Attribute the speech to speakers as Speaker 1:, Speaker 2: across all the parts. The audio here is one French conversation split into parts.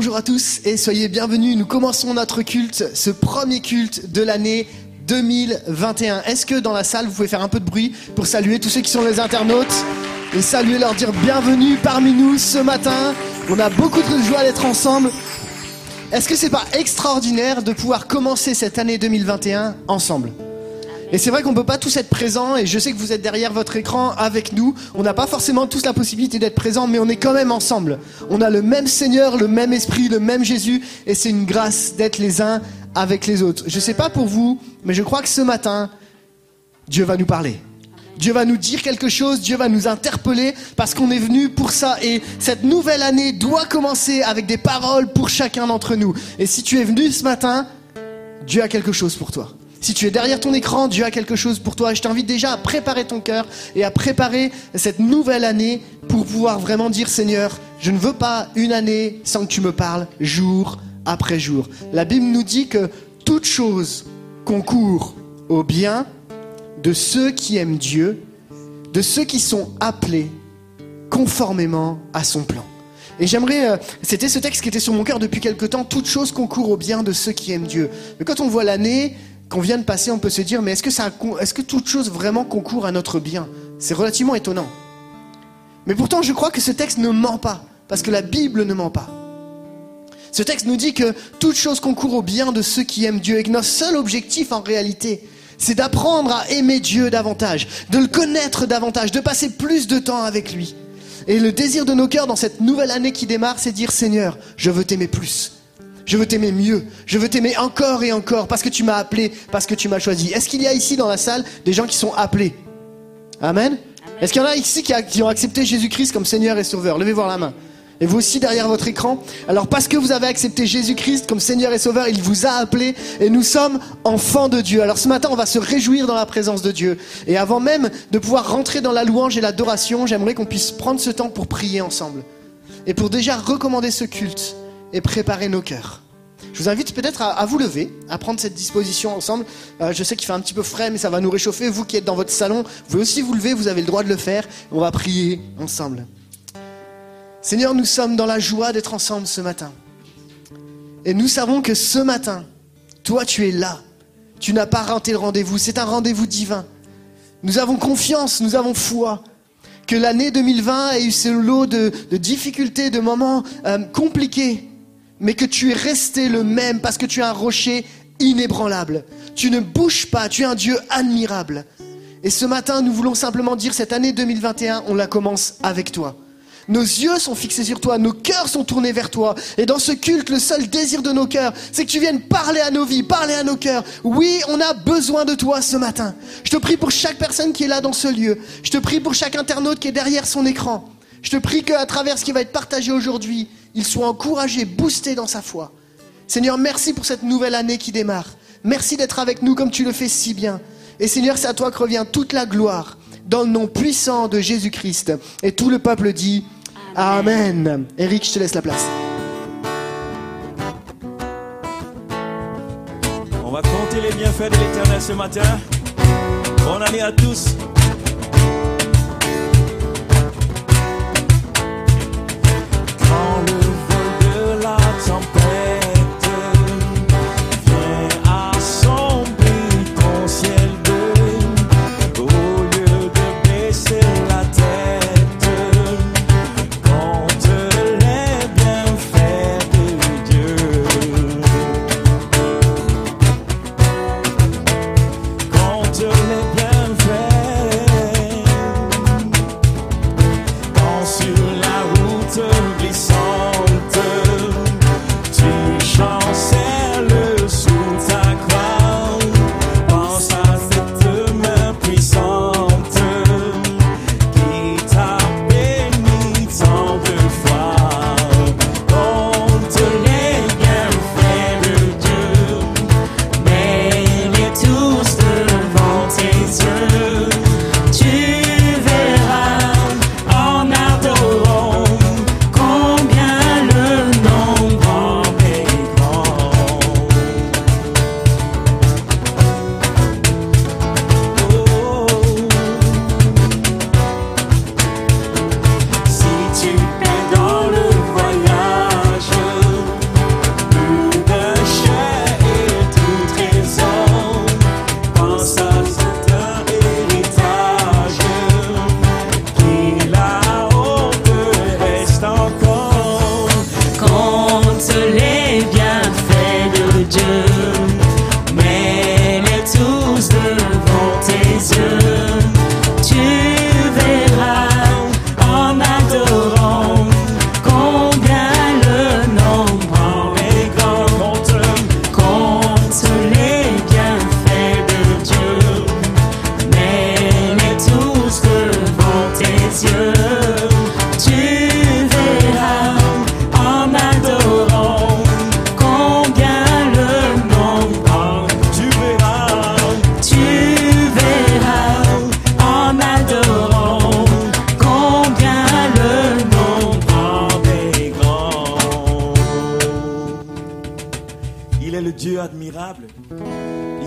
Speaker 1: Bonjour à tous et soyez bienvenus. Nous commençons notre culte, ce premier culte de l'année 2021. Est-ce que dans la salle, vous pouvez faire un peu de bruit pour saluer tous ceux qui sont les internautes et saluer, leur dire bienvenue parmi nous ce matin. On a beaucoup de joie d'être ensemble. Est-ce que c'est pas extraordinaire de pouvoir commencer cette année 2021 ensemble ? Et c'est vrai qu'on peut pas tous être présents, et je sais que vous êtes derrière votre écran avec nous. On n'a pas forcément tous la possibilité d'être présents, mais on est quand même ensemble. On a le même Seigneur, le même Esprit, le même Jésus, et c'est une grâce d'être les uns avec les autres. Je sais pas pour vous, mais je crois que ce matin, Dieu va nous parler. Dieu va nous dire quelque chose, Dieu va nous interpeller, parce qu'on est venu pour ça. Et cette nouvelle année doit commencer avec des paroles pour chacun d'entre nous. Et si tu es venu ce matin, Dieu a quelque chose pour toi. Si tu es derrière ton écran, Dieu a quelque chose pour toi. Je t'invite déjà à préparer ton cœur et à préparer cette nouvelle année pour pouvoir vraiment dire, Seigneur, je ne veux pas une année sans que tu me parles jour après jour. La Bible nous dit que toute chose concourt au bien de ceux qui aiment Dieu, de ceux qui sont appelés conformément à son plan. Et j'aimerais, c'était ce texte qui était sur mon cœur depuis quelque temps, toute chose concourt au bien de ceux qui aiment Dieu. Mais quand on voit l'année qu'on vient de passer, on peut se dire, mais est-ce que toute chose vraiment concourt à notre bien ? C'est relativement étonnant. Mais pourtant, je crois que ce texte ne ment pas, parce que la Bible ne ment pas. Ce texte nous dit que toute chose concourt au bien de ceux qui aiment Dieu, et que notre seul objectif en réalité, c'est d'apprendre à aimer Dieu davantage, de le connaître davantage, de passer plus de temps avec lui. Et le désir de nos cœurs dans cette nouvelle année qui démarre, c'est de dire, Seigneur, je veux t'aimer plus. Je veux t'aimer mieux, je veux t'aimer encore et encore, parce que tu m'as appelé, parce que tu m'as choisi. Est-ce qu'il y a ici dans la salle des gens qui sont appelés ? Amen. Est-ce qu'il y en a ici qui ont accepté Jésus-Christ comme Seigneur et Sauveur ? Levez voir la main. Et vous aussi derrière votre écran. Alors parce que vous avez accepté Jésus-Christ comme Seigneur et Sauveur, il vous a appelé et nous sommes enfants de Dieu. Alors ce matin, on va se réjouir dans la présence de Dieu. Et avant même de pouvoir rentrer dans la louange et l'adoration, j'aimerais qu'on puisse prendre ce temps pour prier ensemble. Et pour déjà recommander ce culte et préparer nos cœurs. Je vous invite peut-être à vous lever, à prendre cette disposition ensemble. Je sais qu'il fait un petit peu frais, mais ça va nous réchauffer. Vous qui êtes dans votre salon, vous pouvez aussi vous lever, vous avez le droit de le faire. On va prier ensemble. Seigneur, nous sommes dans la joie d'être ensemble ce matin. Et nous savons que ce matin, toi tu es là. Tu n'as pas raté le rendez-vous, c'est un rendez-vous divin. Nous avons confiance, nous avons foi. Que l'année 2020 a eu ce lot de difficultés, de moments compliqués. Mais que tu es resté le même parce que tu es un rocher inébranlable. Tu ne bouges pas, tu es un Dieu admirable. Et ce matin, nous voulons simplement dire, cette année 2021, on la commence avec toi. Nos yeux sont fixés sur toi, nos cœurs sont tournés vers toi. Et dans ce culte, le seul désir de nos cœurs, c'est que tu viennes parler à nos vies, parler à nos cœurs. Oui, on a besoin de toi ce matin. Je te prie pour chaque personne qui est là dans ce lieu. Je te prie pour chaque internaute qui est derrière son écran. Je te prie qu'à travers ce qui va être partagé aujourd'hui, il soit encouragé, boosté dans sa foi. Seigneur, merci pour cette nouvelle année qui démarre. Merci d'être avec nous comme tu le fais si bien. Et Seigneur, c'est à toi que revient toute la gloire dans le nom puissant de Jésus-Christ. Et tout le peuple dit Amen. Eric, je te laisse la place.
Speaker 2: On va compter les bienfaits de l'Éternel ce matin. Bonne année à tous. Quand le vol de la tempête vient assombrir ton ciel bleu, au lieu de baisser la tête, compte les bienfaits de Dieu. Compte les bienfaits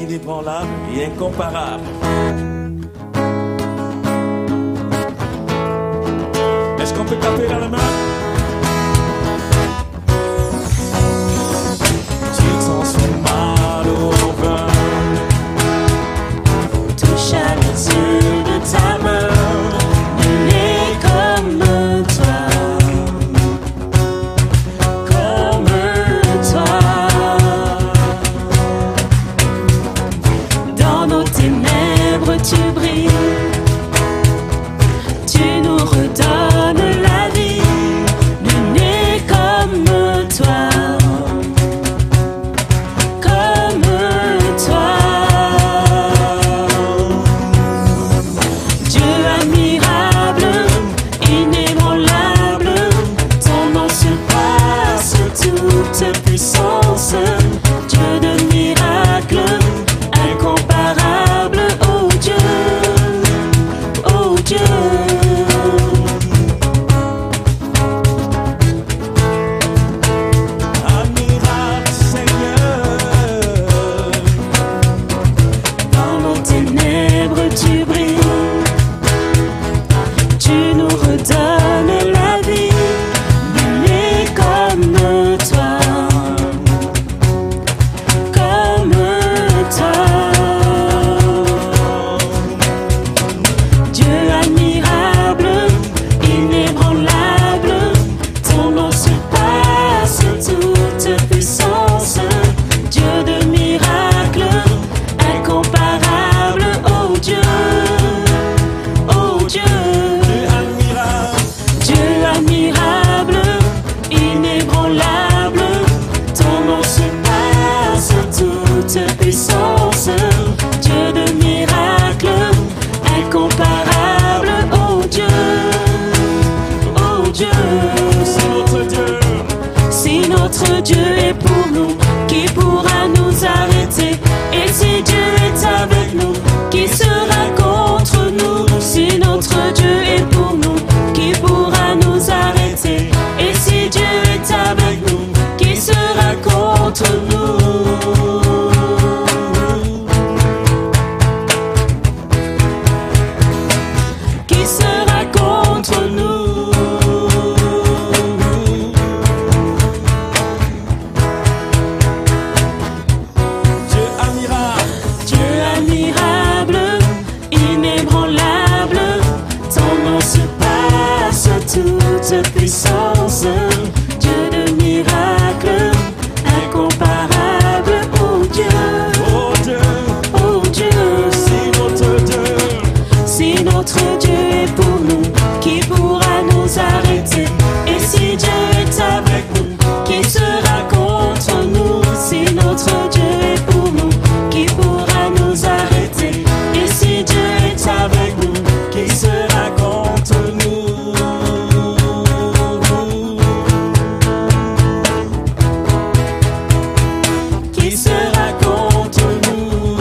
Speaker 2: inébranlable et incomparable. Est-ce qu'on peut taper dans la main? Tu transformes mal au vin,
Speaker 3: touche à l'azur de ta main, nul n'est comme toi, comme toi. Dans nos ténèbres tu brilles, tu nous redonnes la vie, nul n'est comme toi. Puissance, Dieu de miracles, incomparable, oh Dieu, oh Dieu.
Speaker 2: Admirable Seigneur,
Speaker 3: Dans nos ténèbres tu brilles, tu nous redonnes la vie, nul n'est comme toi. Puissance, Dieu de miracles, incomparable, oh Dieu, oh Dieu.
Speaker 2: c'est notre Dieu.
Speaker 3: Si notre Dieu est pour nous, qui pourra nous arrêter? Et si Dieu est avec nous, qui sera contre nous? Si notre Dieu est pour nous, qui pourra nous arrêter? Et si Dieu est avec nous, qui sera contre nous? Qui sera contre nous?
Speaker 2: Dieu admirable,
Speaker 3: Dieu admirable, inébranlable, ton nom surpasse toute puissance. Dieu de miracles, incomparable, oh Dieu,
Speaker 2: oh Dieu,
Speaker 3: oh Dieu.
Speaker 2: c'est notre Dieu.
Speaker 3: Si notre Dieu est pour nous, qui pourra nous arrêter? Et si Dieu est avec nous, qui sera contre nous? Si notre Dieu est pour nous, qui pourra nous arrêter? Et si Dieu est avec nous, qui sera contre nous? Qui sera contre nous?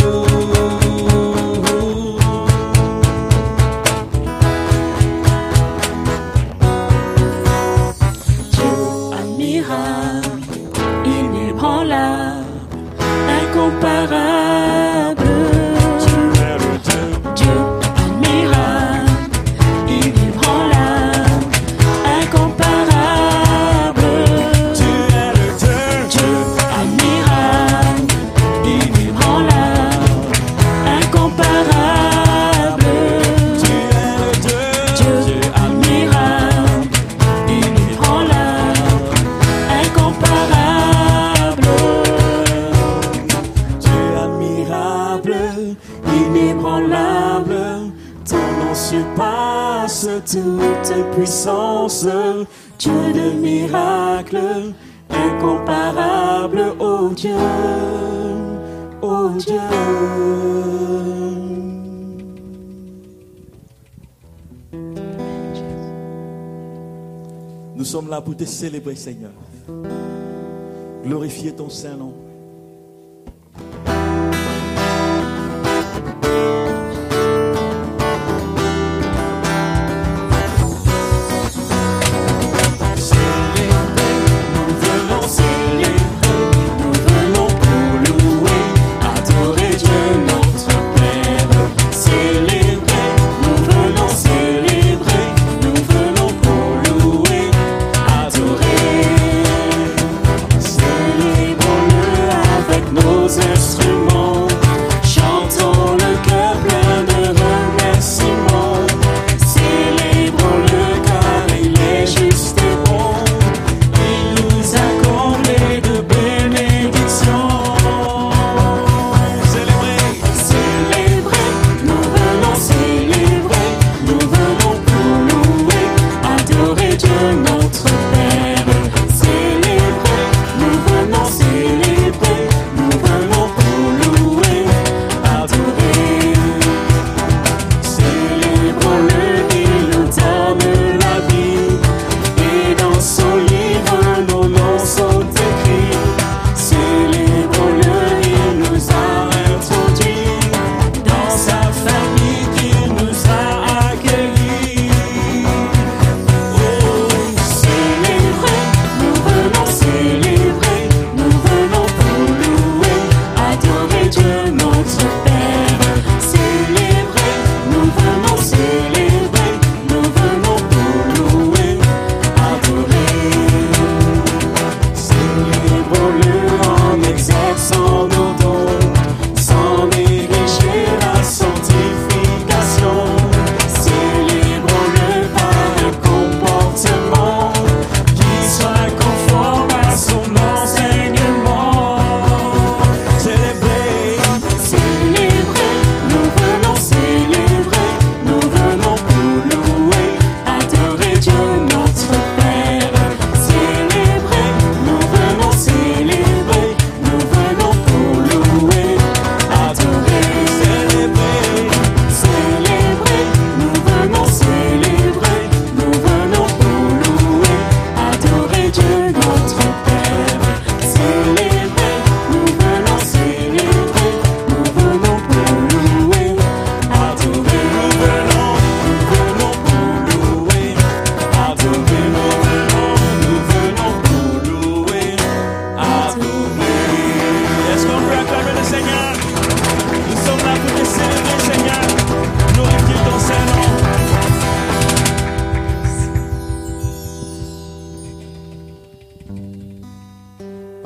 Speaker 3: Dieu admirable, inébranlable, incomparable.
Speaker 2: Dieu est le Dieu.
Speaker 3: Dieu admirable, inébranlable, incomparable.
Speaker 2: Dieu est le Dieu.
Speaker 3: Dieu admirable, inébranlable, incomparable.
Speaker 2: Dieu est le Dieu.
Speaker 3: Dieu admirable, inébranlable, incomparable.
Speaker 2: Dieu admirable,
Speaker 3: Inébranlable, ton nom surpasse toute puissance. Dieu de miracles, incomparable, oh Dieu, oh Dieu.
Speaker 2: nous sommes là pour te célébrer, Seigneur. Glorifier ton Saint-Nom.
Speaker 3: Nous venons pour louer, adorer Dieu.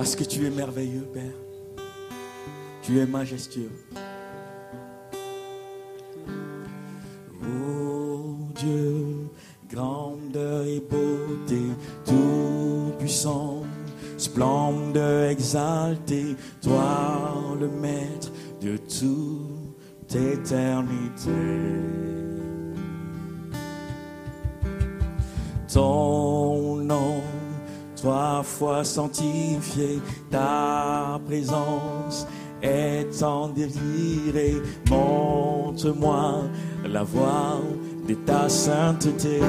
Speaker 2: Parce que tu es merveilleux, Père. Tu es majestueux. Oh Dieu, grandeur et beauté, tout puissant, splendeur exaltée, toi le maître de toute éternité. Ton nom, 3 fois sanctifié, ta présence est en désiré. Montre-moi la voie de ta sainteté.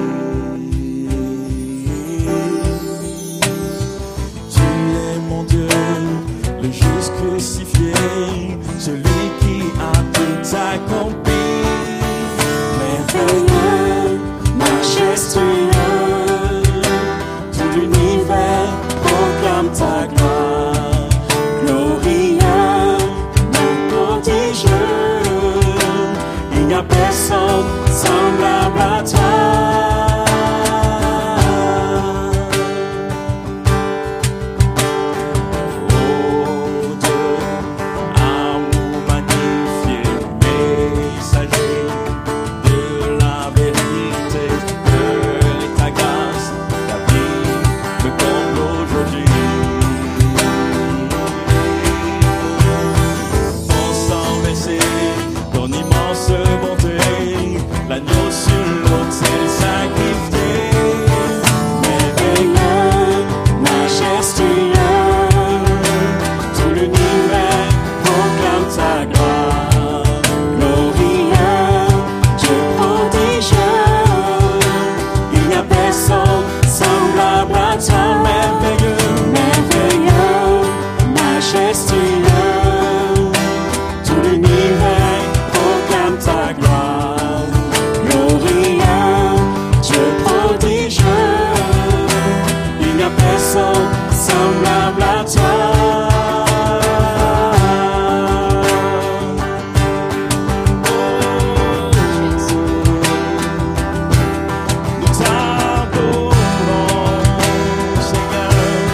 Speaker 2: Tu es mon Dieu, le juste crucifié, celui qui a tout accompli. Merveilleux, majestueux, tout l'univers proclame ta gloire. Glorieux, prodigieux, il n'y a personne semblable à toi. Oh Dieu, amour magnifié, messager de la vérité, de ta grâce, ta vie me comble aujourd'hui. On s'en versé ton immense bonté, l'agneau sur l'autel sacrifié. Merveilleux, majestueux, tout l'univers proclame ta gloire. Glorieux, Dieu prodigieux, il n'y a personne semblable à toi. Merveilleux, merveilleux, majestueux, tout l'univers proclame ta gloire. Glorieux, Dieu prodigieux, il n'y a personne semblable à toi. Nous t'adorons, Seigneur.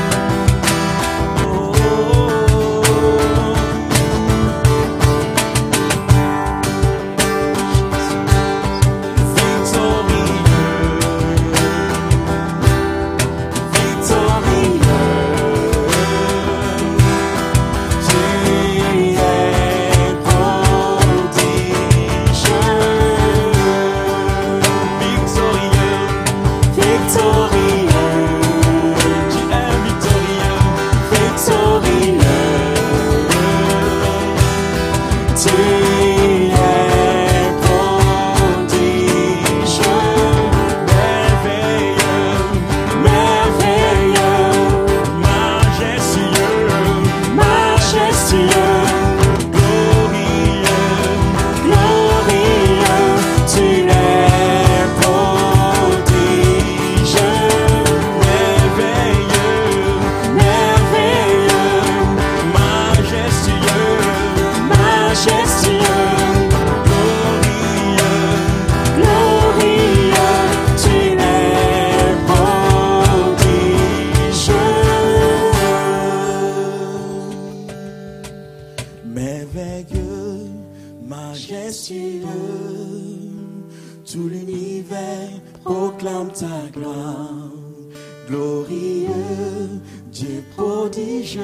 Speaker 2: Merveilleux, majestueux, tout l'univers proclame ta gloire. Glorieux, Dieu prodigieux,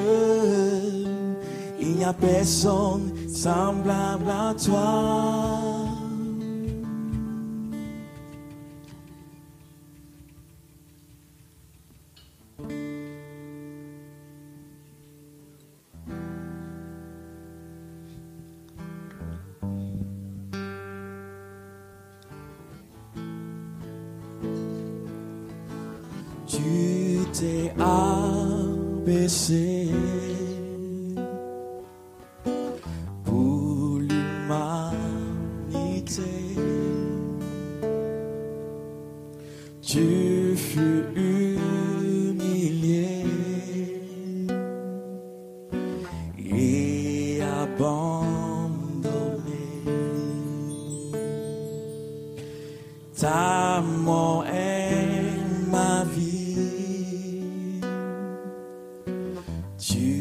Speaker 2: il n'y a personne semblable à toi. Tu t'es abaissé pour l'humanité. Tu fus humilié et abandonné. Ta mort est ma vie. Tu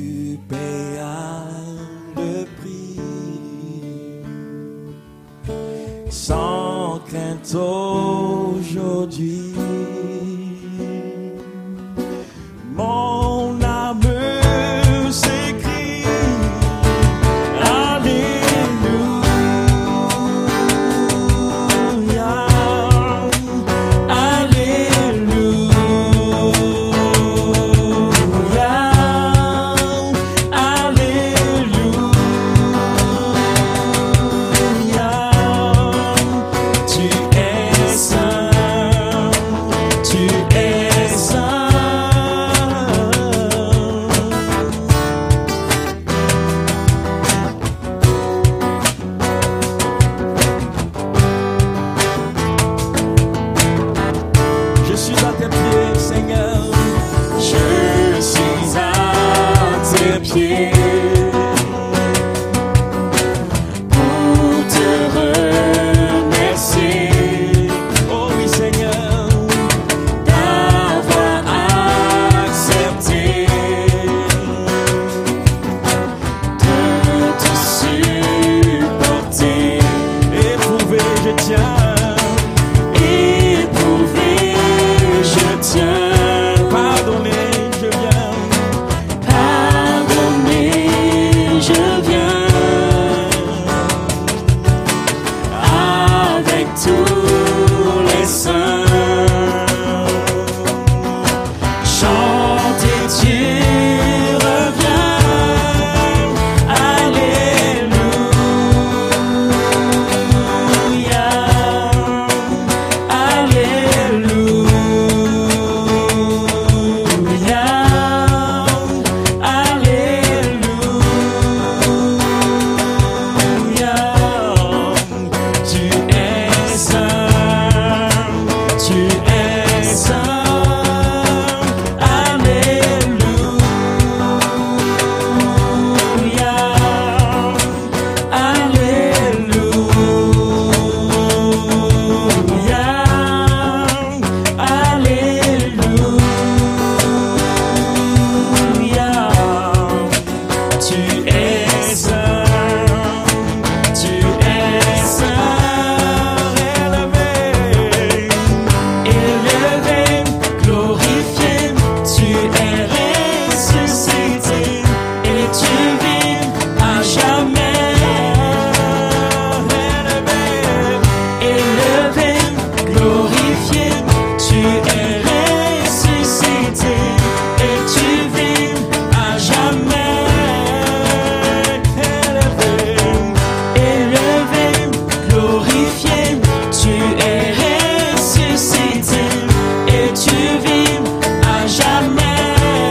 Speaker 2: sans crainte aujourd'hui. Mon âme s'écrie, Alléluia, Alléluia, Alléluia. Tu es saint, tu es saint. Je suis à tes pieds, Seigneur. Je suis à tes pieds pour te remercier. Oh oui, Seigneur, d'avoir accepté de te supporter. Éprouvé, je tiens. Éprouvé, je tiens. Pardonner, je viens. Pardonner, je viens. Avec tous les saints, chanter Dieu revient. Alléluia, Alléluia, Alléluia. Tu es saint, tu es saint. Alléluia, Alléluia, Alléluia. Tu es saint, tu es saint. Élevé, glorifié, tu es ressuscité et tu vis à jamais. Élevé, glorifié, tu es ressuscité et tu vis à jamais. Élevé, glorifié, tu es ressuscité et tu vis à jamais.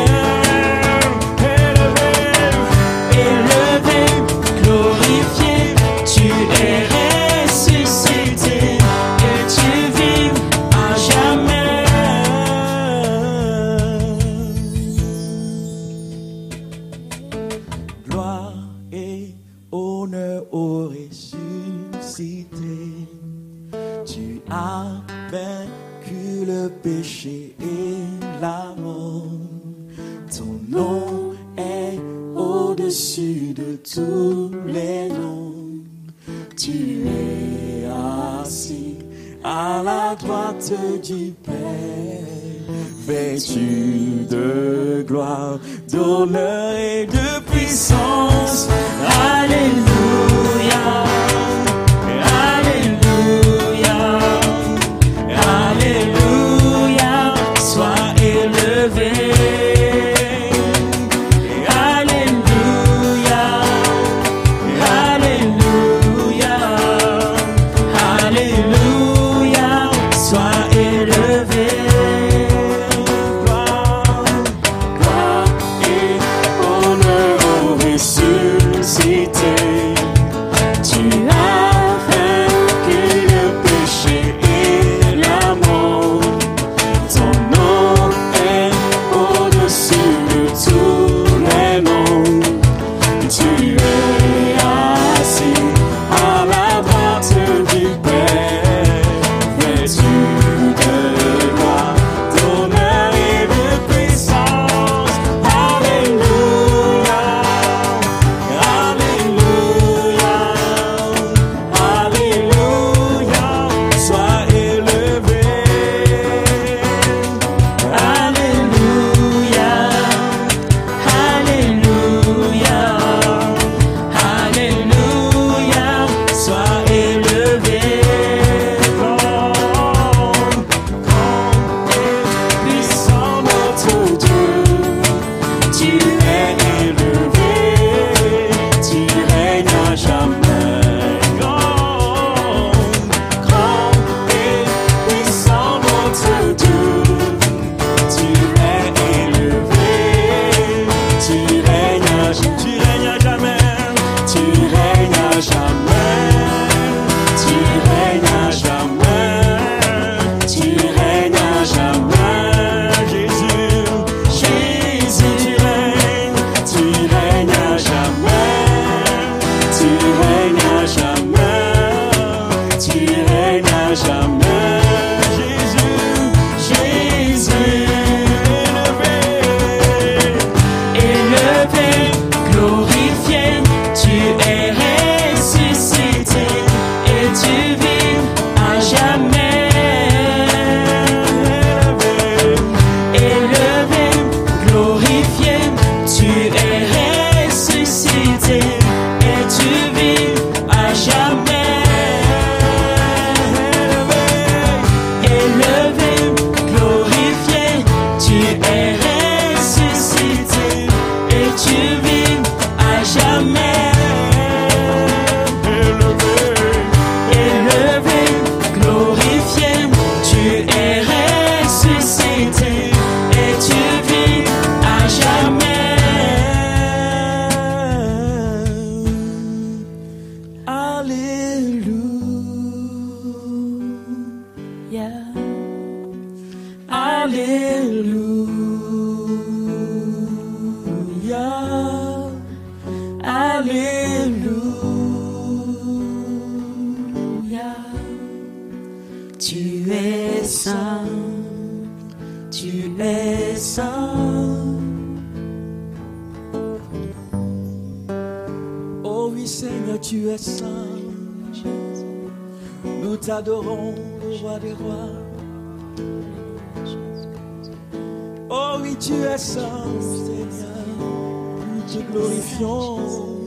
Speaker 2: Élevé, glorifié, tu es ressuscité et tu vis à jamais. Gloire et honneur au ressuscité. Tu as vaincu le péché et la mort. Ton nom est au-dessus de tous les noms. Tu es assis à la droite du Père, vêtu de gloire, d'honneur et de puissance. Alléluia, Alléluia, Alléluia. Sois élevé. Alléluia, Alléluia, Alléluia. Sois élevé. Gloire et honneur au ressuscité. Alléluia. Alléluia. Alléluia. Tu es saint, tu es saint. Oh oui Seigneur, tu es saint. Nous t'adorons, roi des rois. Oh oui, tu es saint, Seigneur. Nous te glorifions.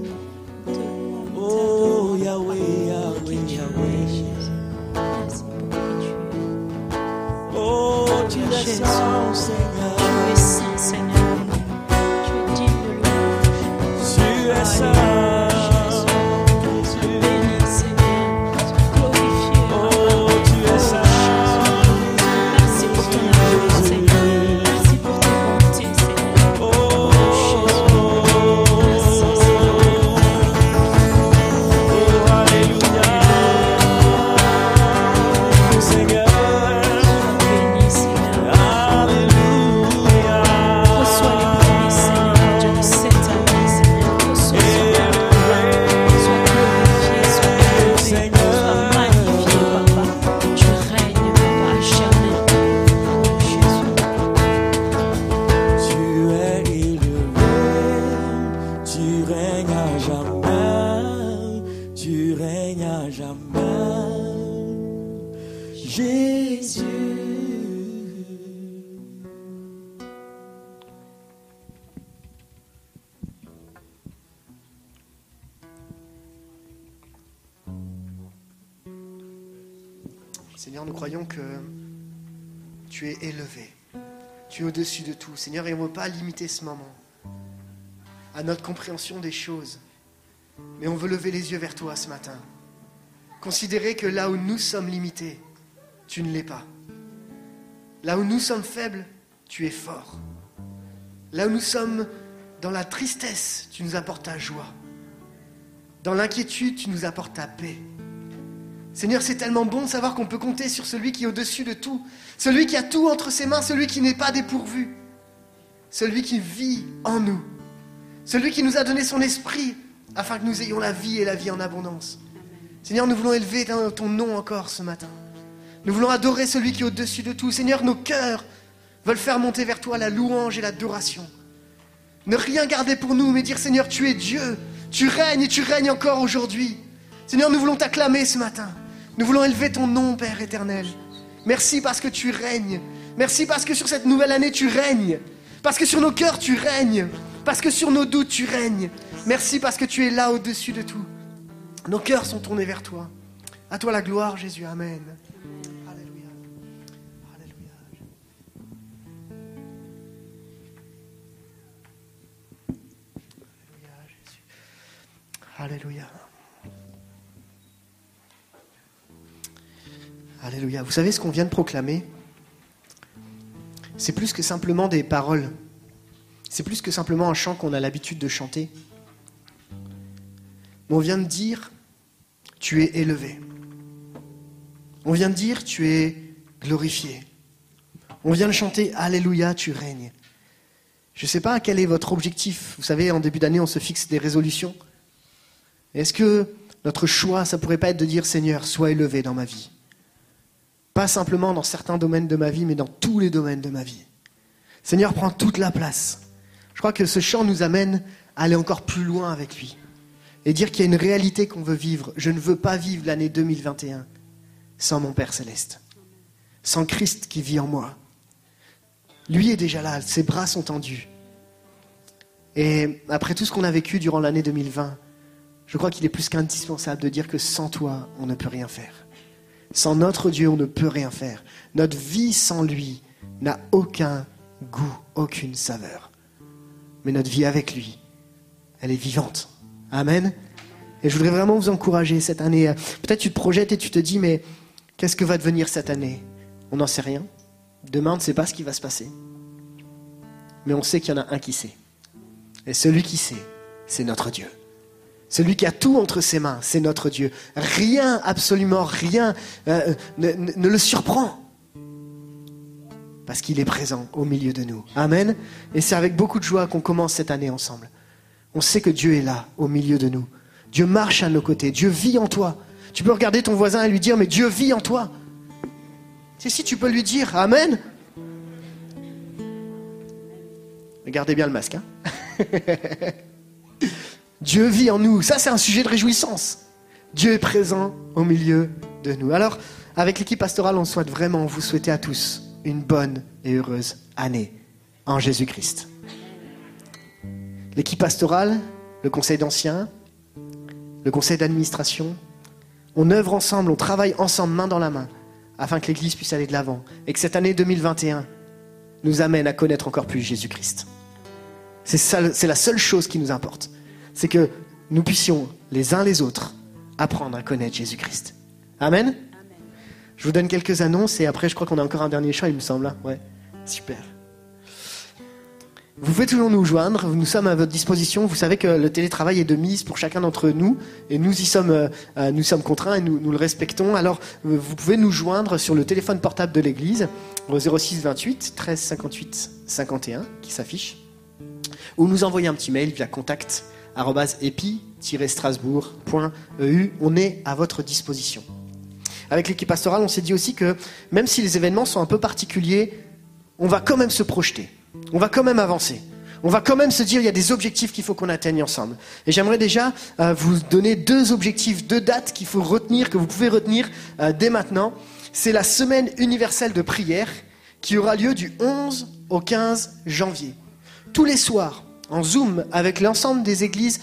Speaker 2: Oh Yahweh, Yahweh, Yahweh. Oh, tu es saint, Seigneur.
Speaker 3: Tu es saint, Seigneur. Tu es digne de louange.
Speaker 2: Tu es saint.
Speaker 3: Béni, Seigneur. Glorifié.
Speaker 2: Oh, tu es saint.
Speaker 3: Merci pour ton amour, Seigneur. Merci pour tes bontés, Seigneur.
Speaker 2: Oh,
Speaker 3: Merci, Seigneur.
Speaker 2: Alléluia. Seigneur.
Speaker 3: Béni, Seigneur.
Speaker 2: Alléluia.
Speaker 3: Reçois les promesses, Seigneur, Dieu de cette année, Seigneur. Reçois ce matin. Sois glorifié, sois élevé, sois magnifié, Papa. Tu règnes, Papa, à jamais. Jésus.
Speaker 2: Tu es élevé, tu règnes à jamais, tu règnes à jamais, Jésus.
Speaker 1: Seigneur, nous croyons que tu es élevé. Tu es au-dessus de tout. Seigneur, et on ne veut pas limiter ce moment à notre compréhension des choses. Mais on veut lever les yeux vers toi ce matin. Considérer que là où nous sommes limités, tu ne l'es pas. Là où nous sommes faibles, tu es fort. Là où nous sommes dans la tristesse, tu nous apportes ta joie. Dans l'inquiétude, tu nous apportes ta paix. Seigneur, c'est tellement bon de savoir qu'on peut compter sur celui qui est au-dessus de tout, celui qui a tout entre ses mains, celui qui n'est pas dépourvu, celui qui vit en nous, celui qui nous a donné son esprit afin que nous ayons la vie et la vie en abondance. Seigneur, nous voulons élever ton nom encore ce matin. Nous voulons adorer celui qui est au-dessus de tout. Seigneur, nos cœurs veulent faire monter vers toi la louange et l'adoration. Ne rien garder pour nous, mais dire Seigneur, tu es Dieu, tu règnes et tu règnes encore aujourd'hui. Seigneur, nous voulons t'acclamer ce matin. Nous voulons élever ton nom, Père éternel. Merci parce que tu règnes. Merci parce que sur cette nouvelle année, tu règnes. Parce que sur nos cœurs, tu règnes. Parce que sur nos doutes, tu règnes. Merci parce que tu es là au-dessus de tout. Nos cœurs sont tournés vers toi. À toi la gloire, Jésus. Amen. Alléluia. Alléluia. Alléluia, Jésus. Alléluia. Alléluia. Vous savez ce qu'on vient de proclamer? C'est plus que simplement des paroles. C'est plus que simplement un chant qu'on a l'habitude de chanter. Mais on vient de dire, tu es élevé. On vient de dire, tu es glorifié. On vient de chanter, Alléluia, tu règnes. Je ne sais pas quel est votre objectif. Vous savez, en début d'année, on se fixe des résolutions. Est-ce que notre choix, ça ne pourrait pas être de dire, Seigneur, sois élevé dans ma vie? Pas simplement dans certains domaines de ma vie, mais dans tous les domaines de ma vie. Seigneur, prends toute la place. Je crois que ce chant nous amène à aller encore plus loin avec lui. Et dire qu'il y a une réalité qu'on veut vivre. Je ne veux pas vivre l'année 2021 sans mon Père Céleste. Sans Christ qui vit en moi. Lui est déjà là, ses bras sont tendus. Et après tout ce qu'on a vécu durant l'année 2020, je crois qu'il est plus qu'indispensable de dire que sans toi, on ne peut rien faire. Sans notre Dieu, on ne peut rien faire. Notre vie sans lui n'a aucun goût, aucune saveur. Mais notre vie avec lui, elle est vivante. Amen. Et je voudrais vraiment vous encourager cette année. Peut-être tu te projettes et tu te dis, mais qu'est-ce que va devenir cette année? On n'en sait rien. Demain, on ne sait pas ce qui va se passer. Mais on sait qu'il y en a un qui sait. Et celui qui sait, c'est notre Dieu. Celui qui a tout entre ses mains, c'est notre Dieu. Rien, absolument rien, ne le surprend. Parce qu'il est présent au milieu de nous. Amen. Et c'est avec beaucoup de joie qu'on commence cette année ensemble. On sait que Dieu est là, au milieu de nous. Dieu marche à nos côtés. Dieu vit en toi. Tu peux regarder ton voisin et lui dire, mais Dieu vit en toi. Si tu peux lui dire, Amen. Regardez bien le masque. Hein. Dieu vit en nous. Ça, c'est un sujet de réjouissance. Dieu est présent au milieu de nous. Alors, avec l'équipe pastorale, on souhaite vraiment vous souhaiter à tous une bonne et heureuse année en Jésus-Christ. L'équipe pastorale, le conseil d'anciens, le conseil d'administration, on œuvre ensemble, on travaille ensemble, main dans la main, afin que l'Église puisse aller de l'avant et que cette année 2021 nous amène à connaître encore plus Jésus-Christ. C'est la seule chose qui nous importe. C'est que nous puissions, les uns les autres, apprendre à connaître Jésus-Christ. Amen. Je vous donne quelques annonces et après je crois qu'on a encore un dernier chant, il me semble. Hein. Ouais, super. Vous pouvez toujours nous joindre, nous sommes à votre disposition. Vous savez que le télétravail est de mise pour chacun d'entre nous et nous y sommes, contraints et nous le respectons. Alors vous pouvez nous joindre sur le téléphone portable de l'église au 06 28 13 58 51 qui s'affiche ou nous envoyer un petit mail via contact@epi-strasbourg.eu. On est à votre disposition. Avec l'équipe pastorale, on s'est dit aussi que même si les événements sont un peu particuliers, on va quand même se projeter. On va quand même avancer. On va quand même se dire, il y a des objectifs qu'il faut qu'on atteigne ensemble. Et j'aimerais déjà vous donner 2 objectifs, 2 dates qu'il faut retenir, que vous pouvez retenir dès maintenant. C'est la semaine universelle de prière qui aura lieu du 11 au 15 janvier. Tous les soirs, en Zoom, avec l'ensemble des églises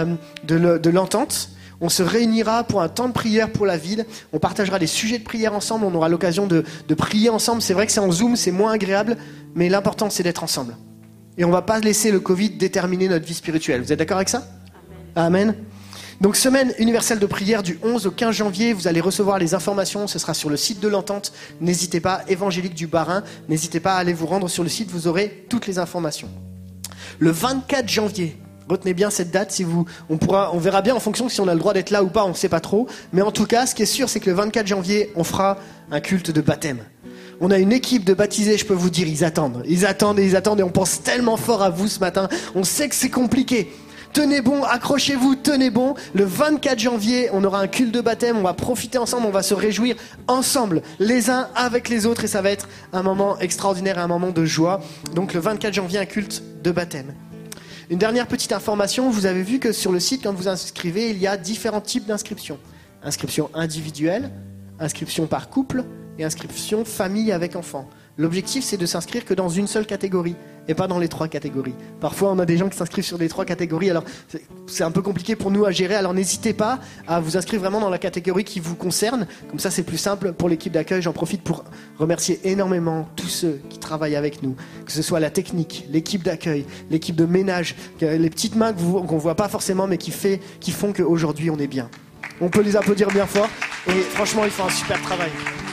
Speaker 1: de l'Entente, on se réunira pour un temps de prière pour la ville. On partagera des sujets de prière ensemble. On aura l'occasion de prier ensemble. C'est vrai que c'est en Zoom, c'est moins agréable, mais l'important, c'est d'être ensemble. Et on ne va pas laisser le Covid déterminer notre vie spirituelle. Vous êtes d'accord avec ça ? Amen. Donc, semaine universelle de prière du 11 au 15 janvier. Vous allez recevoir les informations. Ce sera sur le site de l'Entente. N'hésitez pas, Évangélique du Bas-Rhin. N'hésitez pas à aller vous rendre sur le site. Vous aurez toutes les informations. Le 24 janvier. Retenez bien cette date, on verra bien en fonction si on a le droit d'être là ou pas, on ne sait pas trop. Mais en tout cas, ce qui est sûr, c'est que le 24 janvier, on fera un culte de baptême. On a une équipe de baptisés, je peux vous dire, ils attendent et on pense tellement fort à vous ce matin. On sait que c'est compliqué. Tenez bon, accrochez-vous, tenez bon. Le 24 janvier, on aura un culte de baptême, on va profiter ensemble, on va se réjouir ensemble, les uns avec les autres, et ça va être un moment extraordinaire, un moment de joie. Donc le 24 janvier, un culte de baptême. Une dernière petite information, vous avez vu que sur le site, quand vous inscrivez, il y a différents types d'inscriptions. Inscription individuelle, inscription par couple et inscription famille avec enfants. L'objectif, c'est de s'inscrire que dans une seule catégorie et pas dans les 3 catégories. Parfois, on a des gens qui s'inscrivent sur les 3 catégories, alors c'est un peu compliqué pour nous à gérer. Alors n'hésitez pas à vous inscrire vraiment dans la catégorie qui vous concerne. Comme ça, c'est plus simple pour l'équipe d'accueil. J'en profite pour remercier énormément tous ceux qui travaillent avec nous, que ce soit la technique, l'équipe d'accueil, l'équipe de ménage, les petites mains qu'on ne voit pas forcément, mais qui font qu'aujourd'hui, on est bien. On peut les applaudir bien fort et franchement, ils font un super travail.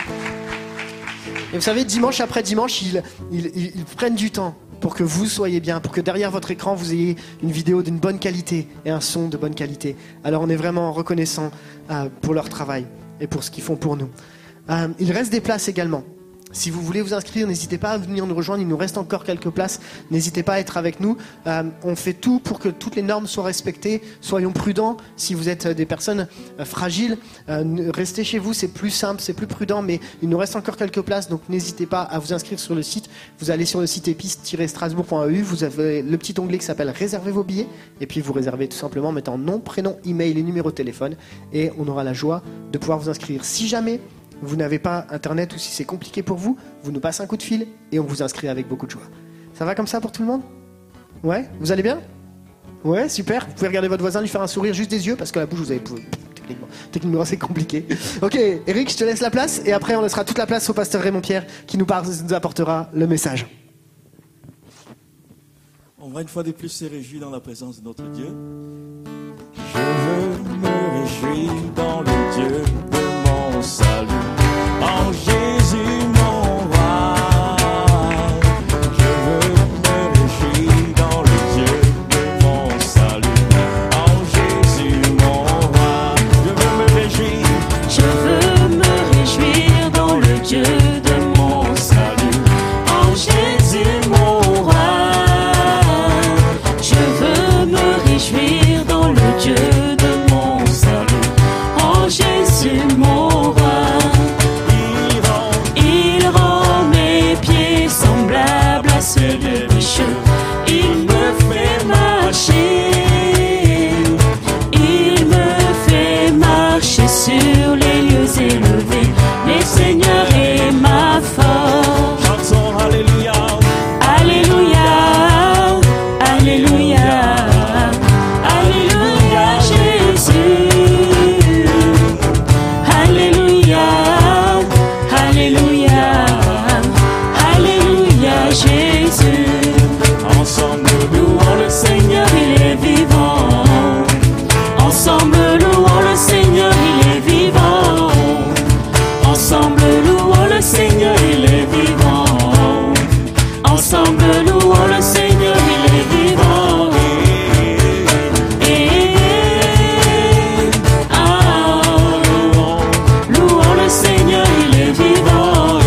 Speaker 1: Et vous savez, dimanche après dimanche, ils prennent du temps pour que vous soyez bien, pour que derrière votre écran, vous ayez une vidéo d'une bonne qualité et un son de bonne qualité. Alors on est vraiment reconnaissant pour leur travail et pour ce qu'ils font pour nous. Il reste des places également. Si vous voulez vous inscrire, n'hésitez pas à venir nous rejoindre. Il nous reste encore quelques places. N'hésitez pas à être avec nous. On fait tout pour que toutes les normes soient respectées. Soyons prudents. Si vous êtes des personnes fragiles, restez chez vous. C'est plus simple, c'est plus prudent. Mais il nous reste encore quelques places. Donc n'hésitez pas à vous inscrire sur le site. Vous allez sur le site epi-strasbourg.eu. Vous avez le petit onglet qui s'appelle Réservez vos billets. Et puis vous réservez tout simplement en mettant nom, prénom, email et numéro de téléphone. Et on aura la joie de pouvoir vous inscrire. Si jamais vous n'avez pas internet ou si c'est compliqué pour vous, vous nous passez un coup de fil et on vous inscrit avec beaucoup de joie. Ça va comme ça pour tout le monde ? Ouais ? Vous allez bien ? Ouais, super. Vous pouvez regarder votre voisin, lui faire un sourire juste des yeux parce que la bouche, vous avez... Techniquement, c'est compliqué. Ok, Eric, je te laisse la place et après on laissera toute la place au pasteur Raymond Pierre qui nous apportera le message.
Speaker 2: On va une fois de plus se réjouir dans la présence de notre Dieu. Je veux me réjouir dans le Dieu de mon salut. En Jésus mon roi, je veux me réjouir dans le Dieu de mon salut. En Jésus
Speaker 3: Jésus mon roi. Il rend mes pieds semblables à ceux de pécheurs. Il me fait marcher. Il me fait marcher sur les lieux élevés. Le Seigneur est ma force.
Speaker 2: Chantons Alléluia.
Speaker 3: Alléluia, Alléluia, Alléluia Jésus. Alléluia, Alléluia, Alléluia Jésus.
Speaker 2: Ensemble
Speaker 3: Louons le Seigneur, il est vivant. Ensemble louons le Seigneur, il est vivant. Ensemble louons le Seigneur, il est vivant. Ensemble louons le Seigneur, il est vivant. Louons le Seigneur, il est vivant.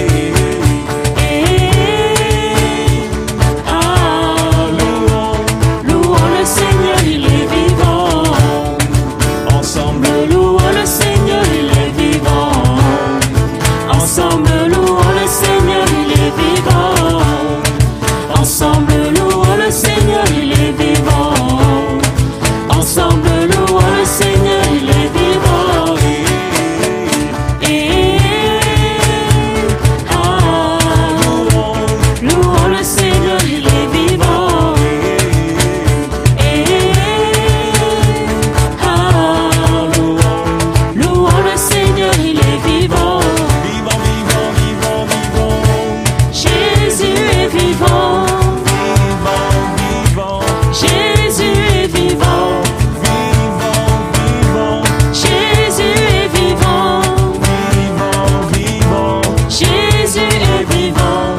Speaker 3: Louons le Seigneur, il est vivant.
Speaker 2: ensemble
Speaker 3: Louons le Seigneur, il est vivant. Ensemble louons le Seigneur, il est vivant. Ensemble louons le Seigneur, il est vivant. Ensemble louons le Seigneur, il est vivant. Louons le Seigneur, il est vivant. Louons le Seigneur, il est vivant.
Speaker 2: vivant, vivant, vivant, vivant,
Speaker 3: Jésus est vivant.
Speaker 2: vivant,
Speaker 3: Jésus est vivant.
Speaker 2: vivant,
Speaker 3: Jésus est vivant.
Speaker 2: vivant, vivant,
Speaker 3: Jésus est vivant.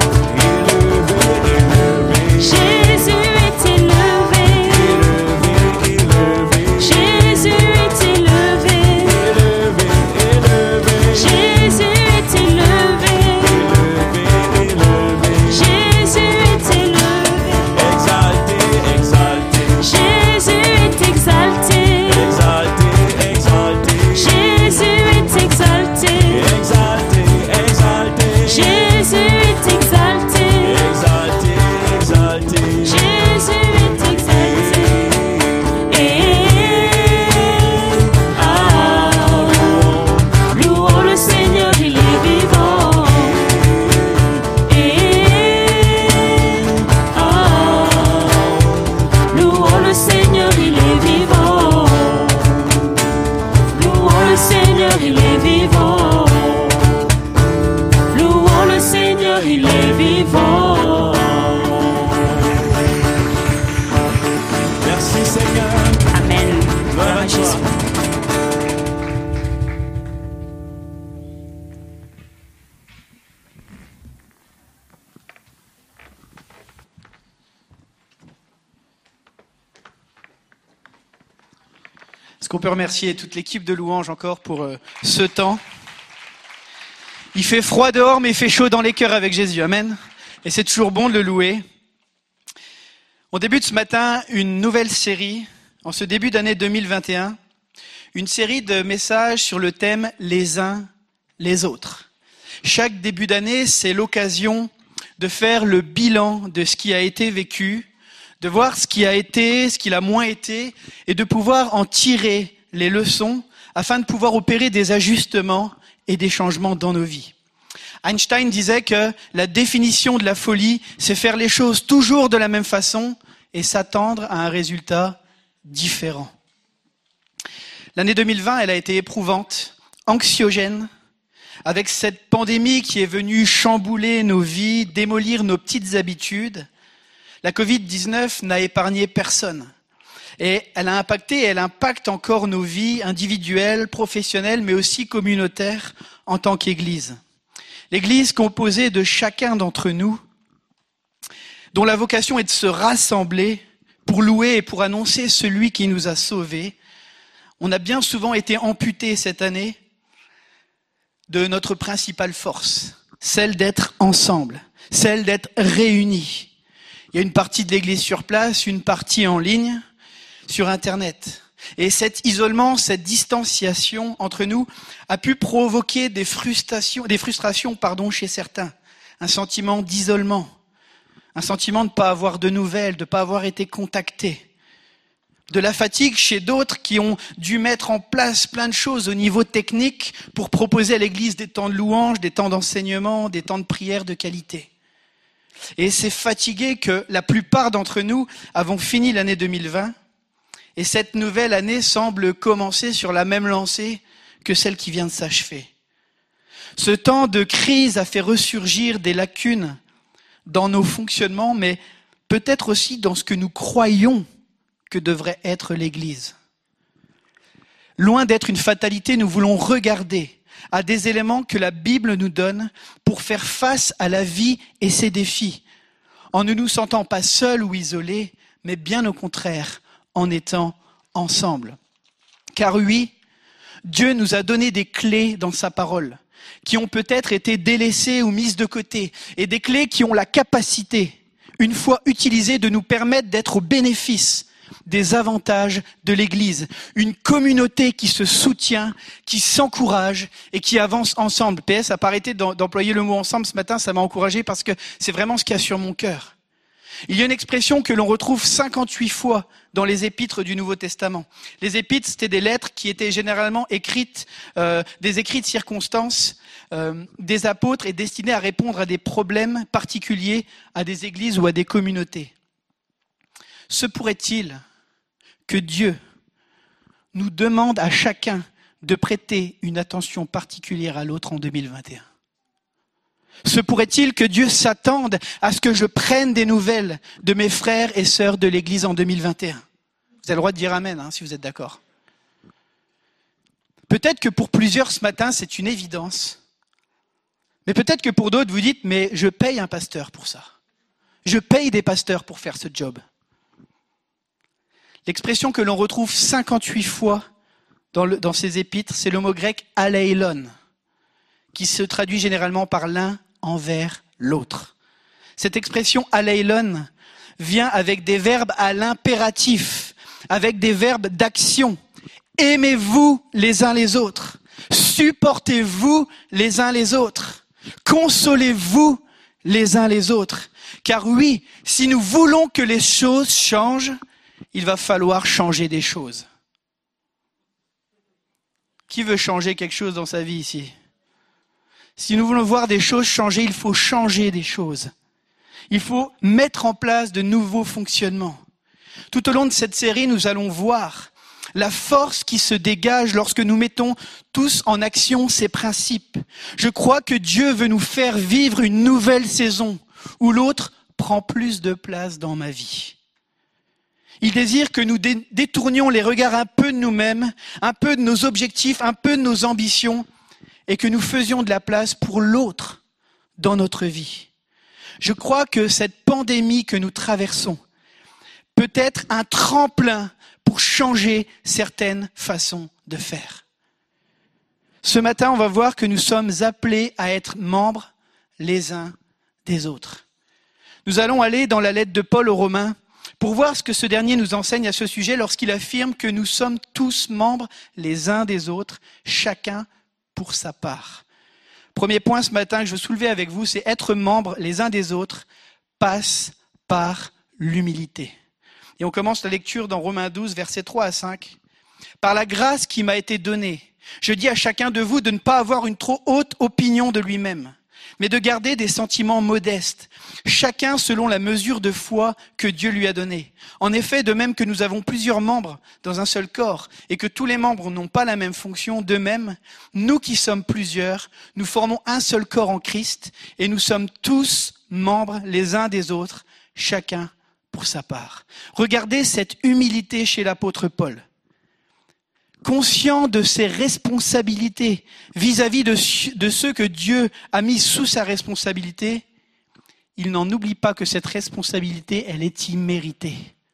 Speaker 3: Jésus est élevé. Jésus est élevé. Jésus est élevé. Jésus est élevé.
Speaker 2: exalté, exalté,
Speaker 3: Jésus est exalté.
Speaker 2: exalté, exalté,
Speaker 3: Jésus est exalté.
Speaker 2: exalté, exalté,
Speaker 3: Jésus est exalté.
Speaker 2: exalté, exalté.
Speaker 3: Jésus est exalté. Louons le Seigneur, il est vivant. Louons le Seigneur, il est vivant. Louons le Seigneur, il est vivant. Louons le Seigneur, il est vivant.
Speaker 2: Merci Seigneur.
Speaker 3: Amen.
Speaker 2: Gloire à toi.
Speaker 4: Est-ce qu'on peut remercier toute l'équipe de louanges encore pour ce temps? Il fait froid dehors, mais il fait chaud dans les cœurs avec Jésus. Amen. Et c'est toujours bon de le louer. On débute ce matin une nouvelle série, en ce début d'année 2021, une série de messages sur le thème « Les uns les autres ». Chaque début d'année, c'est l'occasion de faire le bilan de ce qui a été vécu, de voir ce qui a été, ce qui l'a moins été, et de pouvoir en tirer les leçons afin de pouvoir opérer des ajustements et des changements dans nos vies. Einstein disait que la définition de la folie, c'est faire les choses toujours de la même façon et s'attendre à un résultat différent. L'année 2020, elle a été éprouvante, anxiogène, avec cette pandémie qui est venue chambouler nos vies, démolir nos petites habitudes. La Covid-19 n'a épargné personne. Et elle impacte encore nos vies individuelles, professionnelles, mais aussi communautaires en tant qu'Église. L'Église composée de chacun d'entre nous, dont la vocation est de se rassembler pour louer et pour annoncer celui qui nous a sauvés. On a bien souvent été amputés cette année de notre principale force, celle d'être ensemble, celle d'être réunis. Il y a une partie de l'Église sur place, une partie en ligne, sur Internet. Et cet isolement, cette distanciation entre nous a pu provoquer des frustrations chez certains. Un sentiment d'isolement, un sentiment de ne pas avoir de nouvelles, de ne pas avoir été contactés. De la fatigue chez d'autres qui ont dû mettre en place plein de choses au niveau technique pour proposer à l'Église des temps de louange, des temps d'enseignement, des temps de prière de qualité. Et c'est fatigué que la plupart d'entre nous avons fini l'année 2020 et cette nouvelle année semble commencer sur la même lancée que celle qui vient de s'achever. Ce temps de crise a fait ressurgir des lacunes dans nos fonctionnements, mais peut-être aussi dans ce que nous croyons que devrait être l'Église. Loin d'être une fatalité, nous voulons regarder à des éléments que la Bible nous donne pour faire face à la vie et ses défis, en ne nous sentant pas seuls ou isolés, mais bien au contraire, en étant ensemble. Car oui, Dieu nous a donné des clés dans sa parole, qui ont peut-être été délaissées ou mises de côté, et des clés qui ont la capacité, une fois utilisées, de nous permettre d'être au bénéfice des avantages de l'Église. Une communauté qui se soutient, qui s'encourage et qui avance ensemble. PS, ça n'a pas arrêté d'employer le mot ensemble ce matin, ça m'a encouragé parce que c'est vraiment ce qu'il y a sur mon cœur. Il y a une expression que l'on retrouve 58 fois dans les épîtres du Nouveau Testament. Les épîtres, c'était des lettres qui étaient généralement écrites, des écrits de circonstances des apôtres et destinées à répondre à des problèmes particuliers, à des églises ou à des communautés. Se pourrait-il que Dieu nous demande à chacun de prêter une attention particulière à l'autre en 2021 ? Se pourrait-il que Dieu s'attende à ce que je prenne des nouvelles de mes frères et sœurs de l'Église en 2021 ? Vous avez le droit de dire amen, si vous êtes d'accord. Peut-être que pour plusieurs ce matin, c'est une évidence. Mais peut-être que pour d'autres, vous dites, mais je paye un pasteur pour ça. Je paye des pasteurs pour faire ce job. L'expression que l'on retrouve 58 fois dans ces épîtres, c'est le mot grec aleilon, qui se traduit généralement par l'un envers l'autre. Cette expression aleilon vient avec des verbes à l'impératif, avec des verbes d'action. Aimez-vous les uns les autres, supportez-vous les uns les autres, consolez-vous les uns les autres. Car oui, si nous voulons que les choses changent, il va falloir changer des choses. Qui veut changer quelque chose dans sa vie ici ? Si nous voulons voir des choses changer, il faut changer des choses. Il faut mettre en place de nouveaux fonctionnements. Tout au long de cette série, nous allons voir la force qui se dégage lorsque nous mettons tous en action ces principes. Je crois que Dieu veut nous faire vivre une nouvelle saison où l'autre prend plus de place dans ma vie. Il désire que nous détournions les regards un peu de nous-mêmes, un peu de nos objectifs, un peu de nos ambitions, et que nous faisions de la place pour l'autre dans notre vie. Je crois que cette pandémie que nous traversons peut être un tremplin pour changer certaines façons de faire. Ce matin, on va voir que nous sommes appelés à être membres les uns des autres. Nous allons aller dans la lettre de Paul aux Romains pour voir ce que ce dernier nous enseigne à ce sujet lorsqu'il affirme que nous sommes tous membres les uns des autres, chacun pour sa part. Premier point ce matin que je veux soulever avec vous, c'est être membres les uns des autres passe par l'humilité. Et on commence la lecture dans Romains 12, versets 3 à 5. Par la grâce qui m'a été donnée, je dis à chacun de vous de ne pas avoir une trop haute opinion de lui-même, mais de garder des sentiments modestes, chacun selon la mesure de foi que Dieu lui a donnée. En effet, de même que nous avons plusieurs membres dans un seul corps, et que tous les membres n'ont pas la même fonction, de même, nous qui sommes plusieurs, nous formons un seul corps en Christ, et nous sommes tous membres les uns des autres, chacun pour sa part. Regardez cette humilité chez l'apôtre Paul. Conscient de ses responsabilités vis-à-vis de ceux que Dieu a mis sous sa responsabilité, il n'en oublie pas que cette responsabilité, elle est imméritée.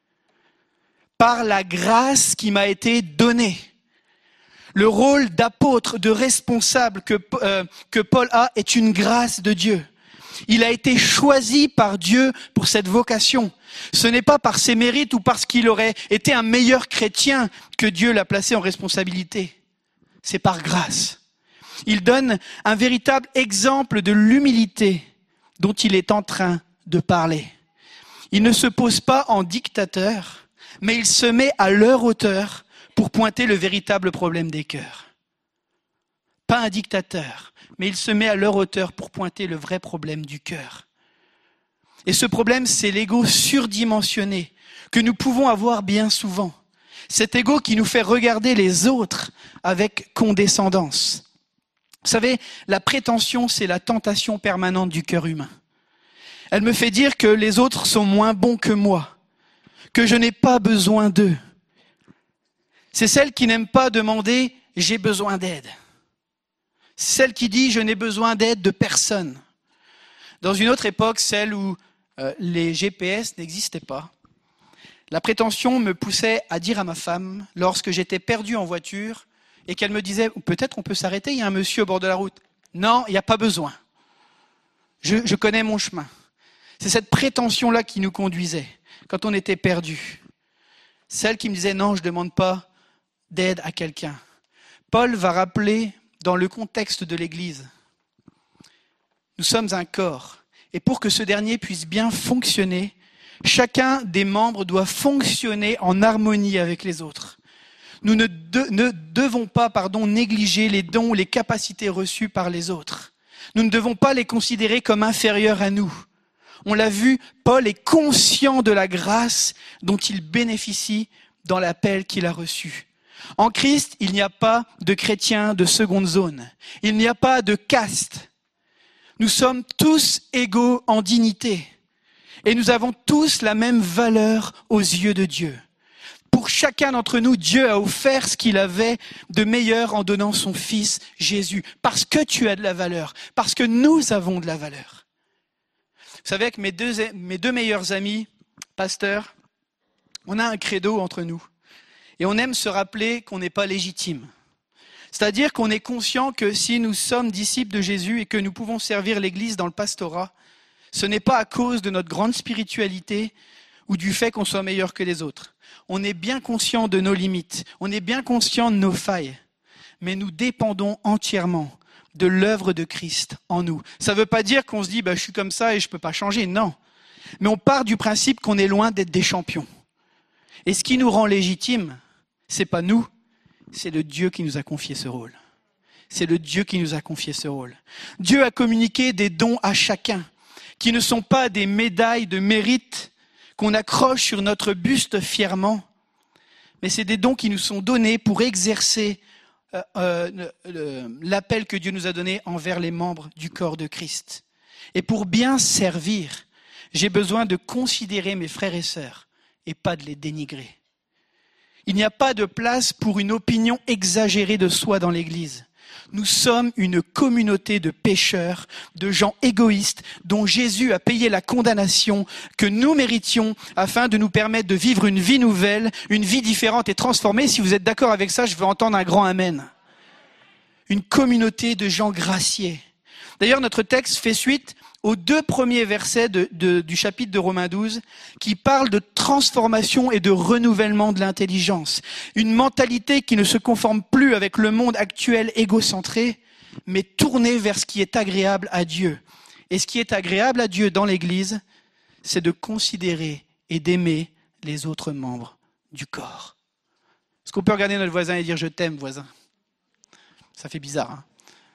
Speaker 4: Par la grâce qui m'a été donnée. Le rôle d'apôtre, de responsable que Paul a est une grâce de Dieu. Il a été choisi par Dieu pour cette vocation. Ce n'est pas par ses mérites ou parce qu'il aurait été un meilleur chrétien que Dieu l'a placé en responsabilité. C'est par grâce. Il donne un véritable exemple de l'humilité dont il est en train de parler. Il ne se pose pas en dictateur, mais il se met à leur hauteur pour pointer le véritable problème des cœurs. Pas un dictateur, mais il se met à leur hauteur pour pointer le vrai problème du cœur. Et ce problème, c'est l'ego surdimensionné que nous pouvons avoir bien souvent. Cet ego qui nous fait regarder les autres avec condescendance. Vous savez, la prétention, c'est la tentation permanente du cœur humain. Elle me fait dire que les autres sont moins bons que moi, que je n'ai pas besoin d'eux. C'est celle qui n'aime pas demander « j'ai besoin d'aide ». C'est celle qui dit « je n'ai besoin d'aide de personne ». Dans une autre époque, celle où les GPS n'existaient pas, la prétention me poussait à dire à ma femme, lorsque j'étais perdu en voiture, et qu'elle me disait « peut-être on peut s'arrêter, il y a un monsieur au bord de la route ». Non, il n'y a pas besoin. Je connais mon chemin. C'est cette prétention-là qui nous conduisait quand on était perdu. Celle qui me disait « non, je ne demande pas d'aide à quelqu'un ». Paul va rappeler dans le contexte de l'Église, nous sommes un corps, et pour que ce dernier puisse bien fonctionner, chacun des membres doit fonctionner en harmonie avec les autres. Nous ne devons pas négliger les dons ou les capacités reçues par les autres. Nous ne devons pas les considérer comme inférieurs à nous. On l'a vu, Paul est conscient de la grâce dont il bénéficie dans l'appel qu'il a reçu. En Christ, il n'y a pas de chrétiens de seconde zone. Il n'y a pas de caste. Nous sommes tous égaux en dignité. Et nous avons tous la même valeur aux yeux de Dieu. Pour chacun d'entre nous, Dieu a offert ce qu'il avait de meilleur en donnant son Fils Jésus. Parce que tu as de la valeur. Parce que nous avons de la valeur. Vous savez, avec mes deux meilleurs amis, pasteurs, on a un credo entre nous. Et on aime se rappeler qu'on n'est pas légitime. C'est-à-dire qu'on est conscient que si nous sommes disciples de Jésus et que nous pouvons servir l'Église dans le pastorat, ce n'est pas à cause de notre grande spiritualité ou du fait qu'on soit meilleur que les autres. On est bien conscient de nos limites, on est bien conscient de nos failles, mais nous dépendons entièrement de l'œuvre de Christ en nous. Ça ne veut pas dire qu'on se dit je suis comme ça et je ne peux pas changer, non. Mais on part du principe qu'on est loin d'être des champions. Et ce qui nous rend légitimes, ce n'est pas nous, c'est le Dieu qui nous a confié ce rôle. C'est le Dieu qui nous a confié ce rôle. Dieu a communiqué des dons à chacun, qui ne sont pas des médailles de mérite qu'on accroche sur notre buste fièrement, mais c'est des dons qui nous sont donnés pour exercer l'appel que Dieu nous a donné envers les membres du corps de Christ. Et pour bien servir, j'ai besoin de considérer mes frères et sœurs et pas de les dénigrer. Il n'y a pas de place pour une opinion exagérée de soi dans l'Église. Nous sommes une communauté de pécheurs, de gens égoïstes, dont Jésus a payé la condamnation que nous méritions afin de nous permettre de vivre une vie nouvelle, une vie différente et transformée. Si vous êtes d'accord avec ça, je veux entendre un grand amen. Une communauté de gens graciés. D'ailleurs, notre texte fait suite aux 2 premiers versets du chapitre de Romains 12 qui parlent de transformation et de renouvellement de l'intelligence. Une mentalité qui ne se conforme plus avec le monde actuel égocentré, mais tournée vers ce qui est agréable à Dieu. Et ce qui est agréable à Dieu dans l'Église, c'est de considérer et d'aimer les autres membres du corps. Est-ce qu'on peut regarder notre voisin et dire « je t'aime, voisin » ? Ça fait bizarre, hein ?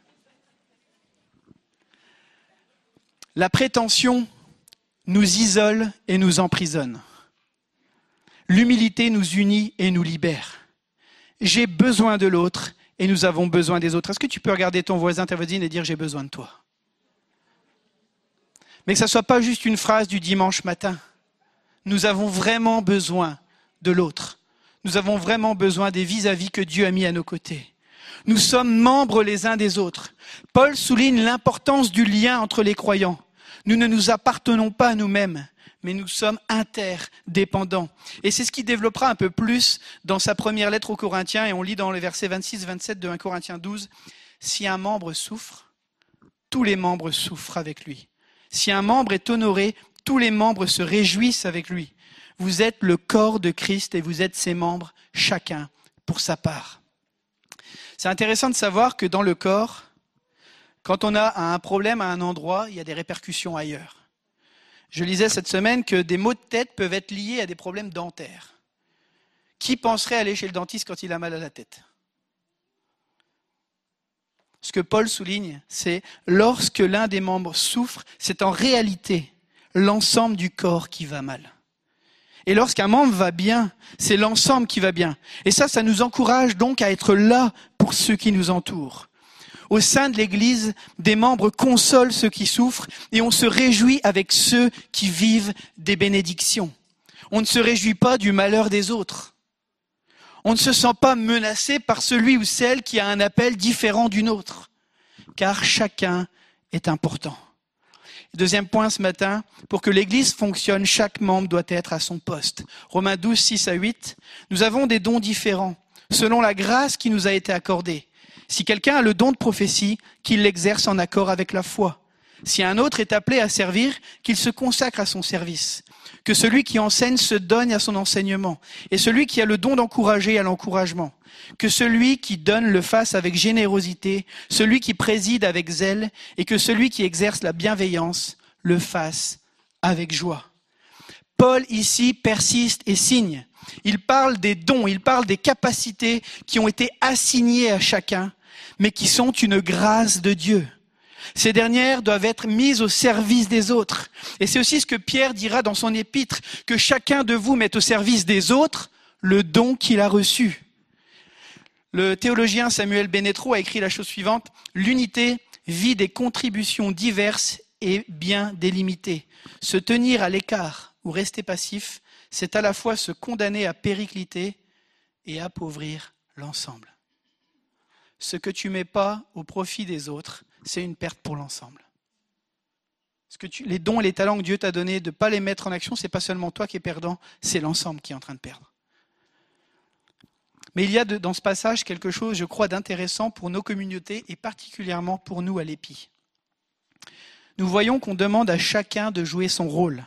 Speaker 4: La prétention nous isole et nous emprisonne. L'humilité nous unit et nous libère. J'ai besoin de l'autre et nous avons besoin des autres. Est-ce que tu peux regarder ton voisin, ta voisine et dire « j'ai besoin de toi ». Mais que ça ne soit pas juste une phrase du dimanche matin. Nous avons vraiment besoin de l'autre. Nous avons vraiment besoin des vis-à-vis que Dieu a mis à nos côtés. Nous sommes membres les uns des autres. Paul souligne l'importance du lien entre les croyants. Nous ne nous appartenons pas à nous-mêmes, mais nous sommes interdépendants. Et c'est ce qu'il développera un peu plus dans sa première lettre aux Corinthiens, et on lit dans les versets 26-27 de 1 Corinthiens 12, « Si un membre souffre, tous les membres souffrent avec lui. Si un membre est honoré, tous les membres se réjouissent avec lui. Vous êtes le corps de Christ et vous êtes ses membres, chacun pour sa part. C'est intéressant de savoir que dans le corps, quand on a un problème à un endroit, il y a des répercussions ailleurs. Je lisais cette semaine que des maux de tête peuvent être liés à des problèmes dentaires. Qui penserait aller chez le dentiste quand il a mal à la tête ? Ce que Paul souligne, c'est lorsque l'un des membres souffre, c'est en réalité l'ensemble du corps qui va mal. Et lorsqu'un membre va bien, c'est l'ensemble qui va bien. Et ça nous encourage donc à être là pour ceux qui nous entourent. Au sein de l'Église, des membres consolent ceux qui souffrent et on se réjouit avec ceux qui vivent des bénédictions. On ne se réjouit pas du malheur des autres. On ne se sent pas menacé par celui ou celle qui a un appel différent du nôtre, car chacun est important. Deuxième point ce matin, pour que l'Église fonctionne, chaque membre doit être à son poste. Romains 12, 6 à 8, nous avons des dons différents, selon la grâce qui nous a été accordée. Si quelqu'un a le don de prophétie, qu'il l'exerce en accord avec la foi. Si un autre est appelé à servir, qu'il se consacre à son service. Que celui qui enseigne se donne à son enseignement. Et celui qui a le don d'encourager à l'encouragement. Que celui qui donne le fasse avec générosité, celui qui préside avec zèle, et que celui qui exerce la bienveillance le fasse avec joie. Paul ici persiste et signe. Il parle des dons, il parle des capacités qui ont été assignées à chacun, mais qui sont une grâce de Dieu. Ces dernières doivent être mises au service des autres. Et c'est aussi ce que Pierre dira dans son épître, que chacun de vous mette au service des autres le don qu'il a reçu. Le théologien Samuel Benetro a écrit la chose suivante, « L'unité vit des contributions diverses et bien délimitées. Se tenir à l'écart ou rester passif, c'est à la fois se condamner à péricliter et appauvrir l'ensemble. Ce que tu mets pas au profit des autres, c'est une perte pour l'ensemble. Les dons et les talents que Dieu t'a donnés, de ne pas les mettre en action, c'est pas seulement toi qui es perdant, c'est l'ensemble qui est en train de perdre. Mais il y a dans ce passage quelque chose, je crois, d'intéressant pour nos communautés et particulièrement pour nous à l'Épi. Nous voyons qu'on demande à chacun de jouer son rôle.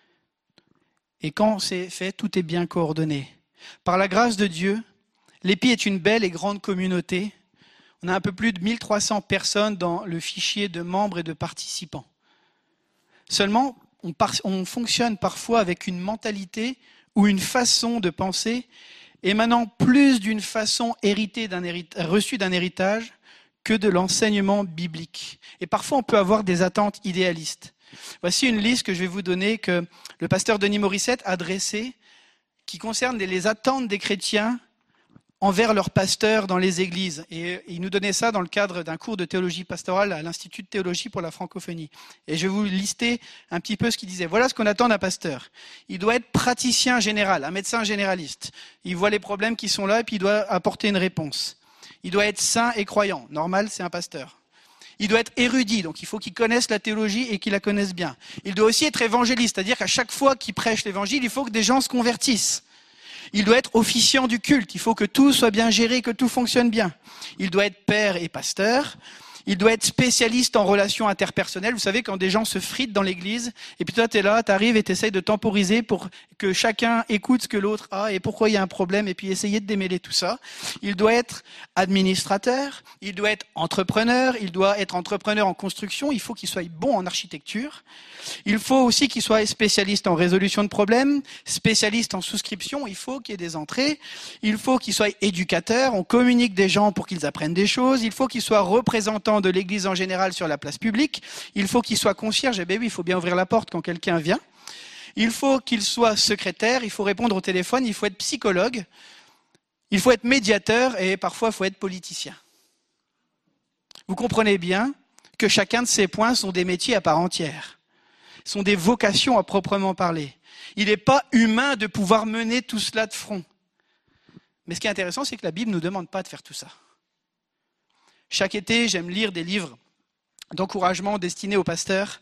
Speaker 4: Et quand c'est fait, tout est bien coordonné. Par la grâce de Dieu, l'Épi est une belle et grande communauté. On a un peu plus de 1300 personnes dans le fichier de membres et de participants. Seulement, on fonctionne parfois avec une mentalité ou une façon de penser émanant plus d'une façon reçue d'un héritage que de l'enseignement biblique. Et parfois, on peut avoir des attentes idéalistes. Voici une liste que je vais vous donner que le pasteur Denis Morissette a dressée qui concerne les attentes des chrétiens envers leurs pasteurs dans les églises. Et il nous donnait ça dans le cadre d'un cours de théologie pastorale à l'Institut de théologie pour la francophonie. Et je vais vous lister un petit peu ce qu'il disait. Voilà ce qu'on attend d'un pasteur. Il doit être praticien général, un médecin généraliste. Il voit les problèmes qui sont là et puis il doit apporter une réponse. Il doit être saint et croyant. Normal, c'est un pasteur. Il doit être érudit, donc il faut qu'il connaisse la théologie et qu'il la connaisse bien. Il doit aussi être évangéliste, c'est-à-dire qu'à chaque fois qu'il prêche l'évangile, il faut que des gens se convertissent. Il doit être officiant du culte, il faut que tout soit bien géré, que tout fonctionne bien. Il doit être père et pasteur. Il doit être spécialiste en relations interpersonnelles. Vous savez, quand des gens se fritent dans l'église, et puis toi, tu es là, tu arrives et tu essayes de temporiser pour que chacun écoute ce que l'autre a et pourquoi il y a un problème, et puis essayer de démêler tout ça. Il doit être administrateur, il doit être entrepreneur en construction, il faut qu'il soit bon en architecture. Il faut aussi qu'il soit spécialiste en résolution de problèmes, spécialiste en souscription, il faut qu'il y ait des entrées. Il faut qu'il soit éducateur, on communique des gens pour qu'ils apprennent des choses. Il faut qu'il soit représentant de l'église en général sur la place publique. Il faut qu'il soit concierge, eh bien oui, il faut bien ouvrir la porte quand quelqu'un vient. Il faut qu'il soit secrétaire, il faut répondre au téléphone, il faut être psychologue, il faut être médiateur et parfois il faut être politicien. Vous comprenez bien que chacun de ces points sont des métiers à part entière, sont des vocations à proprement parler. Il n'est pas humain de pouvoir mener tout cela de front. Mais ce qui est intéressant, c'est que la Bible ne nous demande pas de faire tout ça. Chaque été, j'aime lire des livres d'encouragement destinés aux pasteurs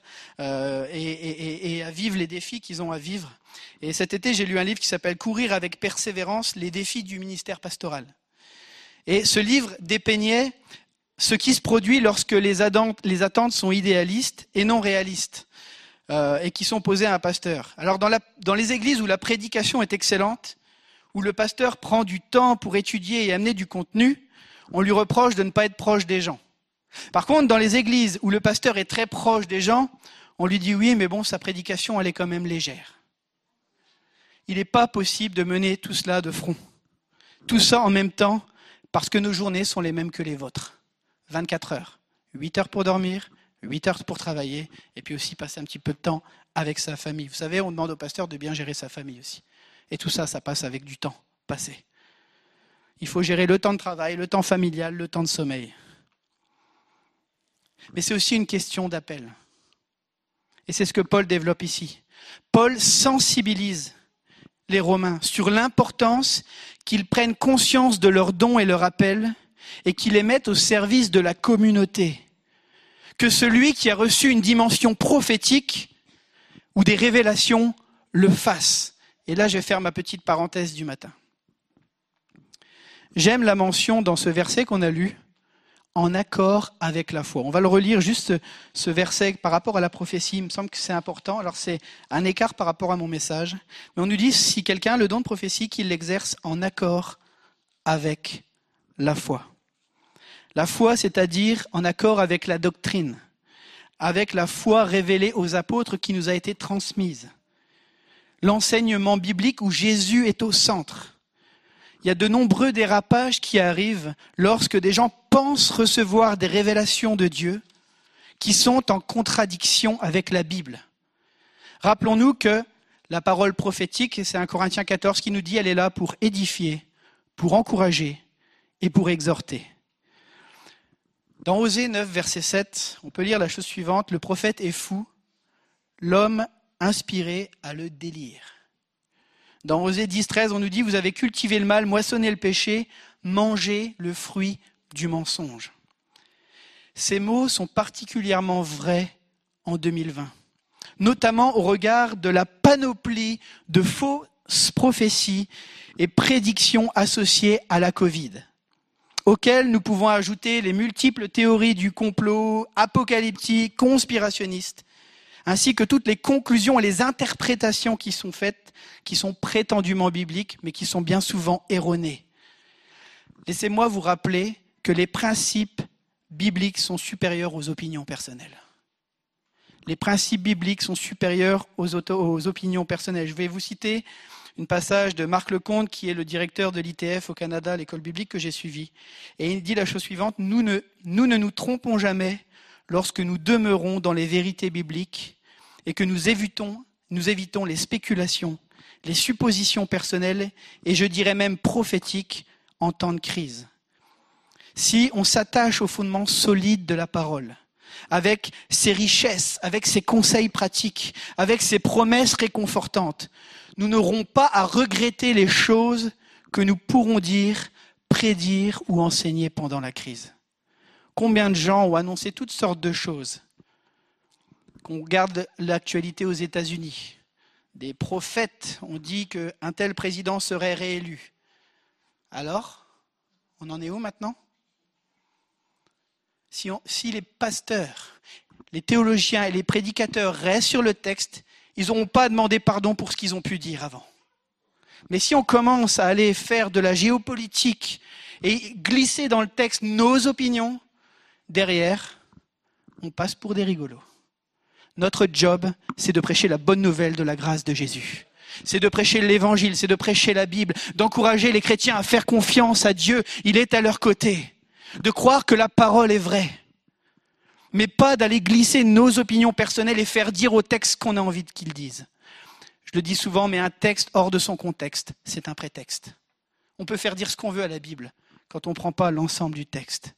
Speaker 4: et à vivre les défis qu'ils ont à vivre. Et cet été, j'ai lu un livre qui s'appelle « Courir avec persévérance, les défis du ministère pastoral ». Et ce livre dépeignait ce qui se produit lorsque les attentes sont idéalistes et non réalistes, et qui sont posées à un pasteur. Alors dans les églises où la prédication est excellente, où le pasteur prend du temps pour étudier et amener du contenu, on lui reproche de ne pas être proche des gens. Par contre, dans les églises où le pasteur est très proche des gens, on lui dit oui, mais bon, sa prédication, elle est quand même légère. Il n'est pas possible de mener tout cela de front. Tout ça en même temps, parce que nos journées sont les mêmes que les vôtres. 24 heures. 8 heures pour dormir, 8 heures pour travailler, et puis aussi passer un petit peu de temps avec sa famille. Vous savez, on demande au pasteur de bien gérer sa famille aussi. Et tout ça, ça passe avec du temps passé. Il faut gérer le temps de travail, le temps familial, le temps de sommeil. Mais c'est aussi une question d'appel. Et c'est ce que Paul développe ici. Paul sensibilise les Romains sur l'importance qu'ils prennent conscience de leurs dons et leur appel et qu'ils les mettent au service de la communauté. Que celui qui a reçu une dimension prophétique ou des révélations le fasse. Et là, je vais faire ma petite parenthèse du matin. J'aime la mention dans ce verset qu'on a lu, en accord avec la foi. On va le relire juste ce verset par rapport à la prophétie. Il me semble que c'est important. Alors c'est un écart par rapport à mon message. Mais on nous dit, si quelqu'un a le don de prophétie, qu'il l'exerce en accord avec la foi. La foi, c'est-à-dire en accord avec la doctrine, avec la foi révélée aux apôtres qui nous a été transmise. L'enseignement biblique où Jésus est au centre. Il y a de nombreux dérapages qui arrivent lorsque des gens pensent recevoir des révélations de Dieu qui sont en contradiction avec la Bible. Rappelons-nous que la parole prophétique, c'est 1 Corinthiens 14 qui nous dit, elle est là pour édifier, pour encourager et pour exhorter. Dans Osée 9, verset 7, on peut lire la chose suivante, le prophète est fou, l'homme inspiré a le délire. Dans Osée 10, 13, on nous dit, vous avez cultivé le mal, moissonné le péché, mangé le fruit du mensonge. Ces mots sont particulièrement vrais en 2020, notamment au regard de la panoplie de fausses prophéties et prédictions associées à la Covid, auxquelles nous pouvons ajouter les multiples théories du complot apocalyptique, conspirationnistes, ainsi que toutes les conclusions et les interprétations qui sont faites, qui sont prétendument bibliques, mais qui sont bien souvent erronées. Laissez-moi vous rappeler que les principes bibliques sont supérieurs aux opinions personnelles. Les principes bibliques sont supérieurs aux opinions personnelles. Je vais vous citer un passage de Marc Lecomte, qui est le directeur de l'ITF au Canada, l'école biblique que j'ai suivie. Et il dit la chose suivante, nous ne nous trompons jamais lorsque nous demeurons dans les vérités bibliques et que nous évitons les spéculations, les suppositions personnelles et je dirais même prophétiques en temps de crise. Si on s'attache aux fondements solides de la parole, avec ses richesses, avec ses conseils pratiques, avec ses promesses réconfortantes, nous n'aurons pas à regretter les choses que nous pourrons dire, prédire ou enseigner pendant la crise. Combien de gens ont annoncé toutes sortes de choses? Qu'on regarde l'actualité aux États-Unis. Des prophètes ont dit qu'un tel président serait réélu. Alors, on en est où maintenant? Si les pasteurs, les théologiens et les prédicateurs restent sur le texte, ils n'auront pas à demander pardon pour ce qu'ils ont pu dire avant. Mais si on commence à aller faire de la géopolitique et glisser dans le texte nos opinions, derrière, on passe pour des rigolos. Notre job, c'est de prêcher la bonne nouvelle de la grâce de Jésus. C'est de prêcher l'évangile, c'est de prêcher la Bible, d'encourager les chrétiens à faire confiance à Dieu. Il est à leur côté. De croire que la parole est vraie. Mais pas d'aller glisser nos opinions personnelles et faire dire au texte qu'on a envie qu'ils disent. Je le dis souvent, mais un texte hors de son contexte, c'est un prétexte. On peut faire dire ce qu'on veut à la Bible quand on ne prend pas l'ensemble du texte.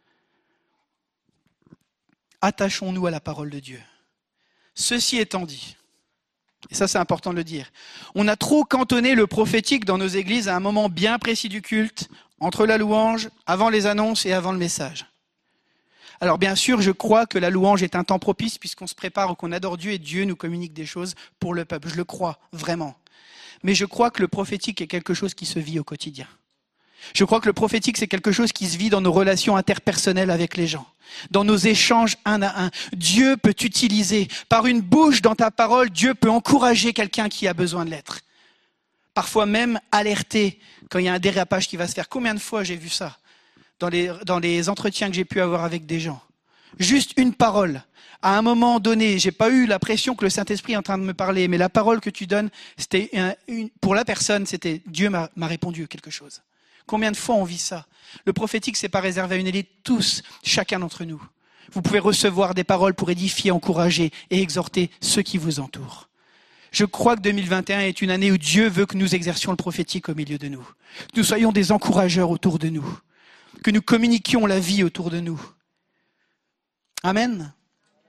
Speaker 4: Attachons-nous à la parole de Dieu. Ceci étant dit, et ça c'est important de le dire, on a trop cantonné le prophétique dans nos églises à un moment bien précis du culte, entre la louange, avant les annonces et avant le message. Alors bien sûr, je crois que la louange est un temps propice puisqu'on se prépare, qu'on adore Dieu et Dieu nous communique des choses pour le peuple. Je le crois, vraiment. Mais je crois que le prophétique est quelque chose qui se vit au quotidien. Je crois que le prophétique, c'est quelque chose qui se vit dans nos relations interpersonnelles avec les gens, dans nos échanges un à un. Dieu peut t'utiliser. Par une bouche dans ta parole, Dieu peut encourager quelqu'un qui a besoin de l'être. Parfois même alerter quand il y a un dérapage qui va se faire. Combien de fois j'ai vu ça dans les entretiens que j'ai pu avoir avec des gens? Juste une parole. À un moment donné, j'ai pas eu la pression que le Saint-Esprit est en train de me parler, mais la parole que tu donnes, c'était pour la personne, c'était Dieu m'a répondu quelque chose. Combien de fois on vit ça? Le prophétique, c'est pas réservé à une élite, tous, chacun d'entre nous. Vous pouvez recevoir des paroles pour édifier, encourager et exhorter ceux qui vous entourent. Je crois que 2021 est une année où Dieu veut que nous exercions le prophétique au milieu de nous. Que nous soyons des encourageurs autour de nous. Que nous communiquions la vie autour de nous. Amen.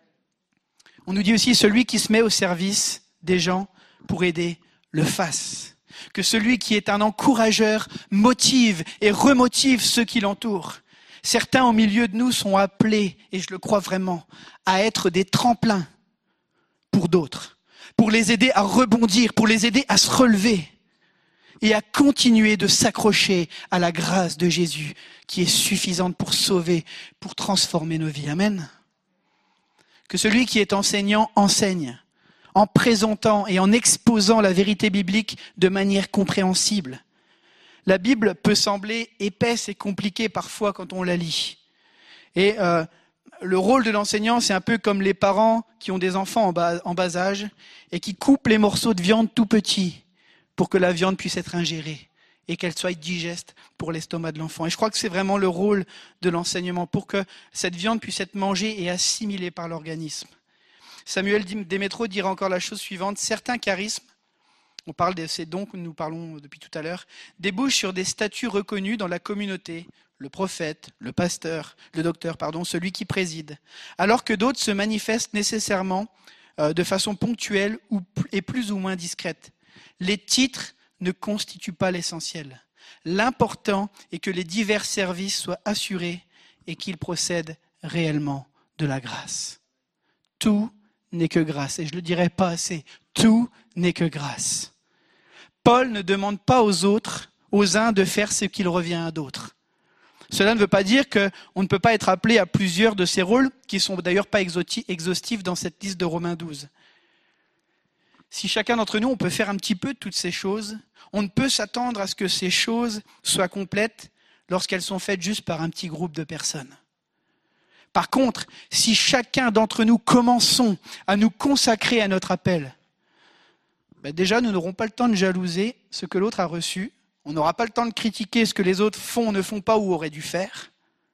Speaker 4: On nous dit aussi, celui qui se met au service des gens pour aider le fasse. Que celui qui est un encourageur motive et remotive ceux qui l'entourent. Certains au milieu de nous sont appelés, et je le crois vraiment, à être des tremplins pour d'autres. Pour les aider à rebondir, pour les aider à se relever et à continuer de s'accrocher à la grâce de Jésus qui est suffisante pour sauver, pour transformer nos vies. Amen. Que celui qui est enseignant enseigne en présentant et en exposant la vérité biblique de manière compréhensible. La Bible peut sembler épaisse et compliquée parfois quand on la lit. Et le rôle de l'enseignant, c'est un peu comme les parents qui ont des enfants en bas âge et qui coupent les morceaux de viande tout petits pour que la viande puisse être ingérée et qu'elle soit digeste pour l'estomac de l'enfant. Et je crois que c'est vraiment le rôle de l'enseignement pour que cette viande puisse être mangée et assimilée par l'organisme. Samuel Démétro dira encore la chose suivante. Certains charismes, on parle de ces dons que nous parlons depuis tout à l'heure, débouchent sur des statuts reconnus dans la communauté, le prophète, le pasteur, le docteur, celui qui préside, alors que d'autres se manifestent nécessairement de façon ponctuelle et plus ou moins discrète. Les titres ne constituent pas l'essentiel. L'important est que les divers services soient assurés et qu'ils procèdent réellement de la grâce. Tout n'est que grâce, et je le dirai pas assez, tout n'est que grâce. Paul ne demande pas aux uns de faire ce qu'il revient à d'autres. Cela ne veut pas dire qu'on ne peut pas être appelé à plusieurs de ces rôles, qui sont d'ailleurs pas exhaustifs dans cette liste de Romains 12. Si chacun d'entre nous, on peut faire un petit peu de toutes ces choses, on ne peut s'attendre à ce que ces choses soient complètes lorsqu'elles sont faites juste par un petit groupe de personnes. Par contre, si chacun d'entre nous commençons à nous consacrer à notre appel, déjà nous n'aurons pas le temps de jalouser ce que l'autre a reçu, on n'aura pas le temps de critiquer ce que les autres font, ne font pas ou auraient dû faire,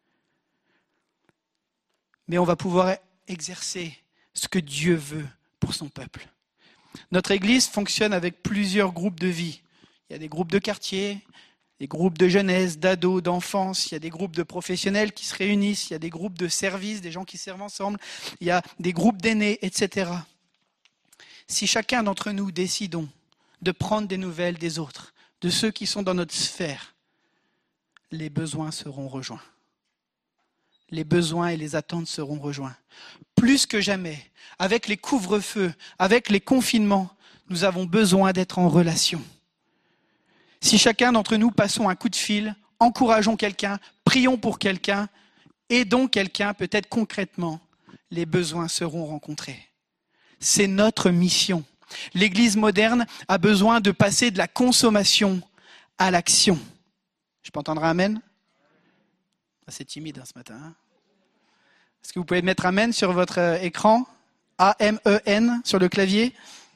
Speaker 4: mais on va pouvoir exercer ce que Dieu veut pour son peuple. Notre Église fonctionne avec plusieurs groupes de vie. Il y a des groupes de quartier, des groupes de jeunesse, d'ados, d'enfance, il y a des groupes de professionnels qui se réunissent, il y a des groupes de services, des gens qui servent ensemble, il y a des groupes d'aînés, etc. Si chacun d'entre nous décidons de prendre des nouvelles des autres, de ceux qui sont dans notre sphère, les besoins seront rejoints. Les besoins et les attentes seront rejoints. Plus que jamais, avec les couvre-feux, avec les confinements, nous avons besoin d'être en relation. Si chacun d'entre nous passons un coup de fil, encourageons quelqu'un, prions pour quelqu'un, aidons quelqu'un, peut-être concrètement, les besoins seront rencontrés. C'est notre mission. L'Église moderne a besoin de passer de la consommation à l'action. Je peux entendre un amen ? C'est timide ce matin. Est-ce que vous pouvez mettre amen sur votre écran ? A-M-E-N sur le clavier.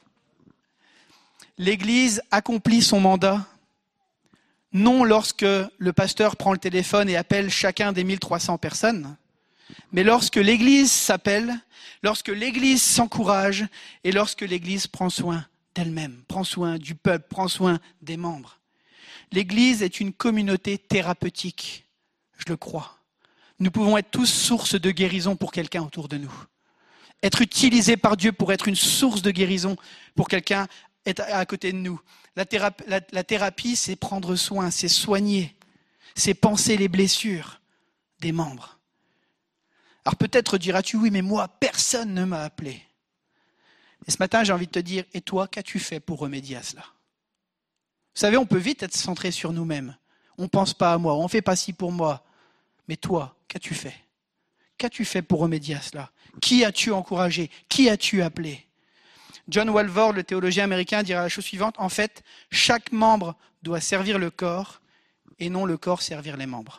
Speaker 4: L'Église accomplit son mandat, non lorsque le pasteur prend le téléphone et appelle chacun des 1300 personnes, mais lorsque l'Église s'appelle, lorsque l'Église s'encourage et lorsque l'Église prend soin d'elle-même, prend soin du peuple, prend soin des membres. L'Église est une communauté thérapeutique, je le crois. Nous pouvons être tous source de guérison pour quelqu'un autour de nous. Être utilisés par Dieu pour être une source de guérison pour quelqu'un à côté de nous. La thérapie, c'est prendre soin, c'est soigner, c'est panser les blessures des membres. Alors peut-être diras-tu, oui, mais moi, personne ne m'a appelé. Et ce matin, j'ai envie de te dire, et toi, qu'as-tu fait pour remédier à cela ? Vous savez, on peut vite être centré sur nous-mêmes. On ne pense pas à moi, on ne fait pas ci pour moi. Mais toi, qu'as-tu fait? Qu'as-tu fait pour remédier à cela? Qui as-tu encouragé? Qui as-tu appelé? John Walvoord, le théologien américain, dira la chose suivante. En fait, chaque membre doit servir le corps et non le corps servir les membres.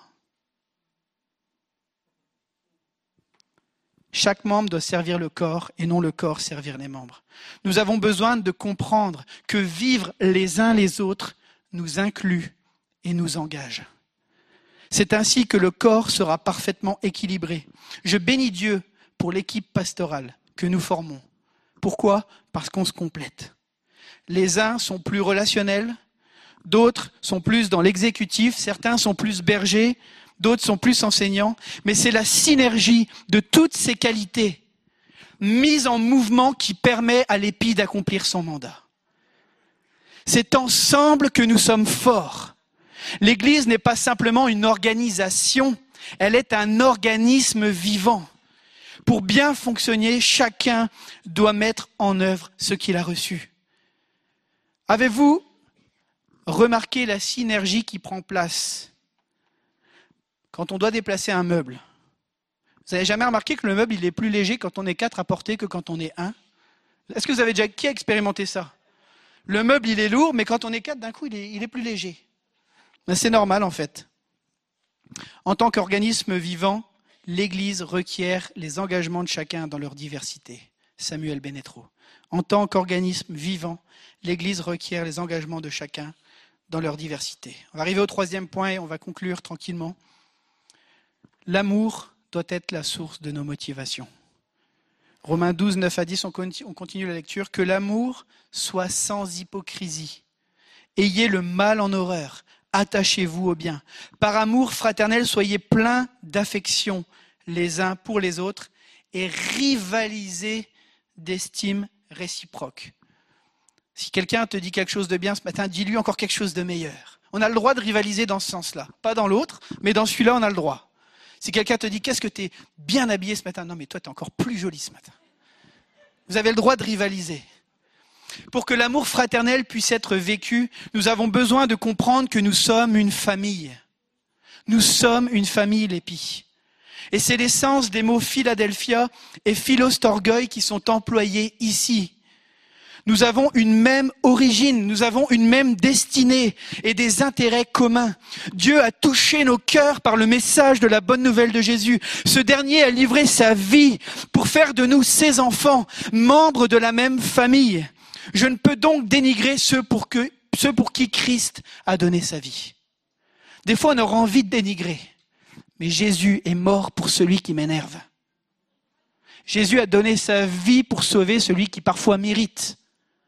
Speaker 4: Chaque membre doit servir le corps et non le corps servir les membres. Nous avons besoin de comprendre que vivre les uns les autres nous inclut et nous engage. C'est ainsi que le corps sera parfaitement équilibré. Je bénis Dieu pour l'équipe pastorale que nous formons. Pourquoi? Parce qu'on se complète. Les uns sont plus relationnels, d'autres sont plus dans l'exécutif, certains sont plus bergers, d'autres sont plus enseignants, mais c'est la synergie de toutes ces qualités mises en mouvement qui permet à l'épi d'accomplir son mandat. C'est ensemble que nous sommes forts. L'Église n'est pas simplement une organisation, elle est un organisme vivant. Pour bien fonctionner, chacun doit mettre en œuvre ce qu'il a reçu. Avez-vous remarqué la synergie qui prend place quand on doit déplacer un meuble? Vous n'avez jamais remarqué que le meuble il est plus léger quand on est 4 à porter que quand on est 1? Est-ce que vous avez déjà qui a expérimenté ça? Le meuble il est lourd, mais quand on est 4, d'un coup il est plus léger. Ben, c'est normal en fait. En tant qu'organisme vivant, l'Église requiert les engagements de chacun dans leur diversité. Samuel Benetro. En tant qu'organisme vivant, l'Église requiert les engagements de chacun dans leur diversité. On va arriver au 3e point et on va conclure tranquillement. L'amour doit être la source de nos motivations. Romains 12, 9 à 10, on continue la lecture. Que l'amour soit sans hypocrisie. Ayez le mal en horreur. Attachez-vous au bien. Par amour fraternel, soyez pleins d'affection les uns pour les autres et rivalisez d'estime réciproque. Si quelqu'un te dit quelque chose de bien ce matin, dis-lui encore quelque chose de meilleur. On a le droit de rivaliser dans ce sens-là. Pas dans l'autre, mais dans celui-là, on a le droit. Si quelqu'un te dit, qu'est-ce que tu es bien habillé ce matin? Non, mais toi, tu es encore plus joli ce matin. Vous avez le droit de rivaliser. Pour que l'amour fraternel puisse être vécu, nous avons besoin de comprendre que nous sommes une famille. Nous sommes une famille, l'épi. Et c'est l'essence des mots Philadelphia et Philostorgoi qui sont employés ici. Nous avons une même origine, nous avons une même destinée et des intérêts communs. Dieu a touché nos cœurs par le message de la bonne nouvelle de Jésus. Ce dernier a livré sa vie pour faire de nous ses enfants, membres de la même famille. Je ne peux donc dénigrer ceux pour qui Christ a donné sa vie. Des fois, on aura envie de dénigrer. Mais Jésus est mort pour celui qui m'énerve. Jésus a donné sa vie pour sauver celui qui parfois mérite.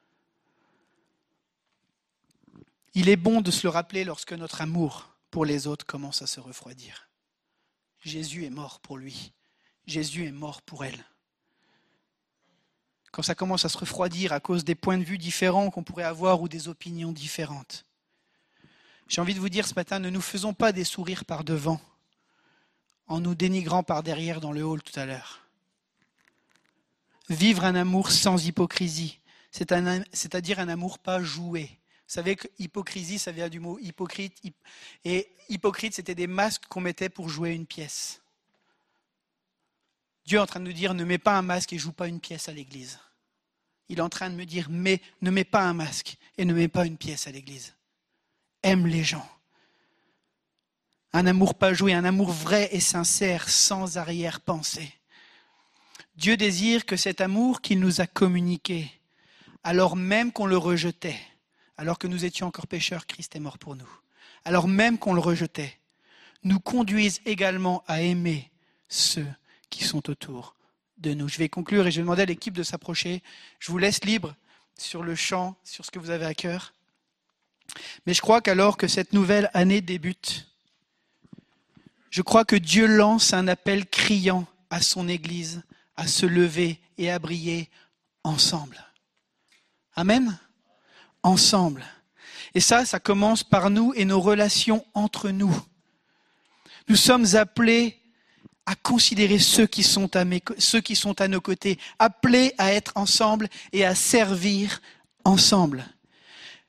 Speaker 4: Il est bon de se le rappeler lorsque notre amour pour les autres commence à se refroidir. Jésus est mort pour lui. Jésus est mort pour elle. Quand ça commence à se refroidir à cause des points de vue différents qu'on pourrait avoir ou des opinions différentes. J'ai envie de vous dire ce matin, ne nous faisons pas des sourires par devant en nous dénigrant par derrière dans le hall tout à l'heure. Vivre un amour sans hypocrisie, c'est-à-dire un amour pas joué. Vous savez que hypocrisie, ça vient du mot hypocrite. Et hypocrite, c'était des masques qu'on mettait pour jouer une pièce. Dieu est en train de nous dire, ne mets pas un masque et joue pas une pièce à l'église. Il est en train de me dire, ne mets pas un masque et ne mets pas une pièce à l'église. Aime les gens. Un amour pas joué, un amour vrai et sincère, sans arrière-pensée. Dieu désire que cet amour qu'il nous a communiqué, alors même qu'on le rejetait, alors que nous étions encore pécheurs, Christ est mort pour nous, alors même qu'on le rejetait, nous conduise également à aimer ceux qui sont autour de nous. Je vais conclure et je vais demander à l'équipe de s'approcher. Je vous laisse libre sur le chant, sur ce que vous avez à cœur. Mais je crois qu'alors que cette nouvelle année débute, je crois que Dieu lance un appel criant à son Église à se lever et à briller ensemble. Amen. Ensemble. Et ça commence par nous et nos relations entre nous. Nous sommes appelés à considérer ceux qui sont à nos côtés, appelés à être ensemble et à servir ensemble.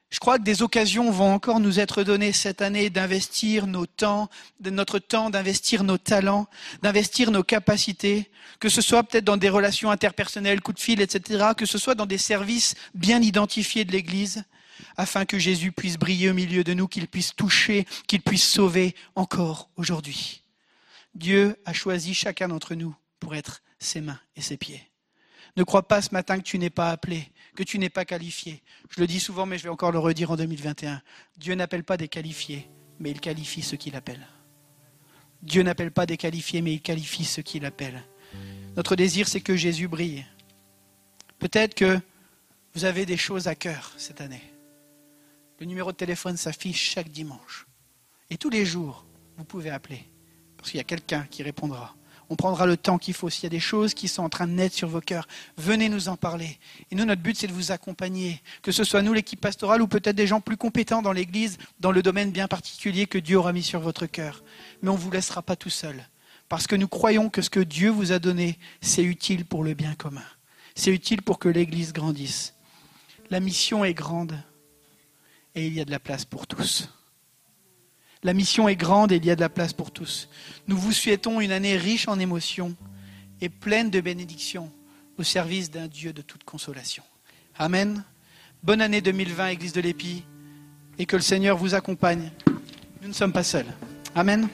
Speaker 4: Je crois que des occasions vont encore nous être données cette année d'investir notre temps, d'investir nos talents, d'investir nos capacités, que ce soit peut-être dans des relations interpersonnelles, coups de fil, etc., que ce soit dans des services bien identifiés de l'Église, afin que Jésus puisse briller au milieu de nous, qu'il puisse toucher, qu'il puisse sauver encore aujourd'hui. Dieu a choisi chacun d'entre nous pour être ses mains et ses pieds. Ne crois pas ce matin que tu n'es pas appelé, que tu n'es pas qualifié. Je le dis souvent, mais je vais encore le redire en 2021. Dieu n'appelle pas des qualifiés, mais il qualifie ceux qu'il appelle. Dieu n'appelle pas des qualifiés, mais il qualifie ceux qu'il appelle. Notre désir, c'est que Jésus brille. Peut-être que vous avez des choses à cœur cette année. Le numéro de téléphone s'affiche chaque dimanche. Et tous les jours, vous pouvez appeler. Parce qu'il y a quelqu'un qui répondra. On prendra le temps qu'il faut. S'il y a des choses qui sont en train de naître sur vos cœurs, venez nous en parler. Et nous, notre but, c'est de vous accompagner. Que ce soit nous, l'équipe pastorale, ou peut-être des gens plus compétents dans l'Église, dans le domaine bien particulier que Dieu aura mis sur votre cœur. Mais on ne vous laissera pas tout seul. Parce que nous croyons que ce que Dieu vous a donné, c'est utile pour le bien commun. C'est utile pour que l'Église grandisse. La mission est grande et il y a de la place pour tous. La mission est grande et il y a de la place pour tous. Nous vous souhaitons une année riche en émotions et pleine de bénédictions au service d'un Dieu de toute consolation. Amen. Bonne année 2020, Église de l'Épi, et que le Seigneur vous accompagne. Nous ne sommes pas seuls. Amen.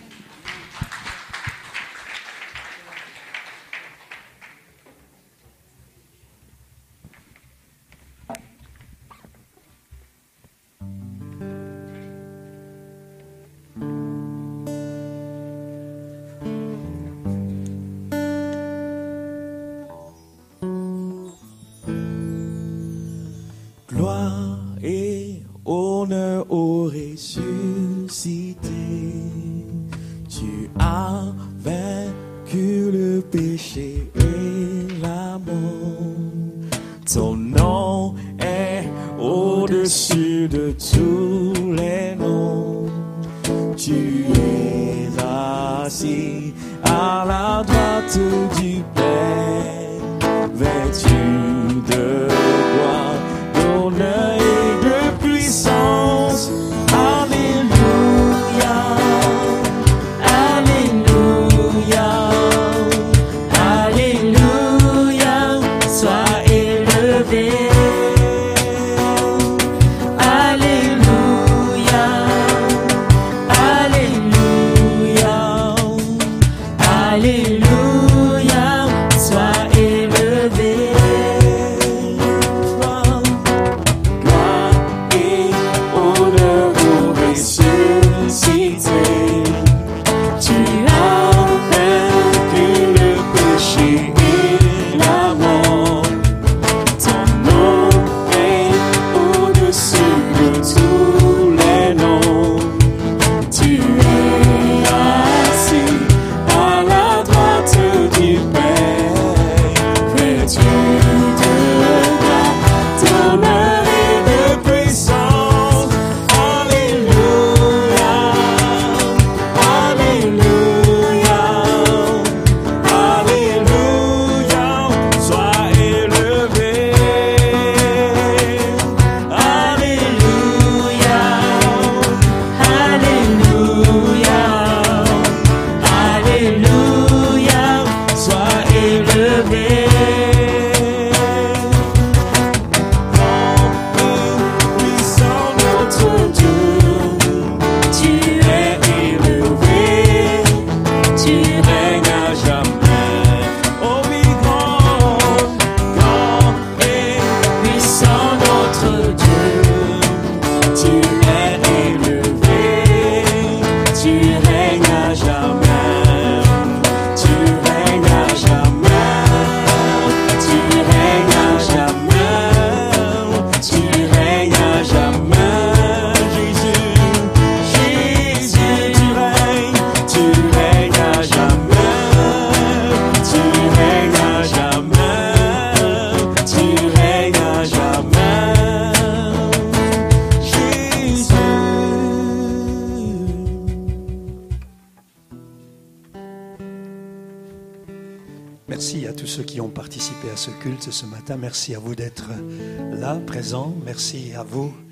Speaker 2: Gloire et honneur au ressuscité. Tu as vaincu le péché et la mort. Ton nom est au-dessus de tous les noms. Tu es assis à la droite du Père, vêtu de gloire, d'honneur et de puissance. Alléluia, Alléluia, Alléluia, sois élevé. Alléluia, Alléluia, Alléluia, sois élevé.
Speaker 5: Merci à tous ceux qui ont participé à ce culte ce matin. Merci à vous d'être là, présents. Merci à vous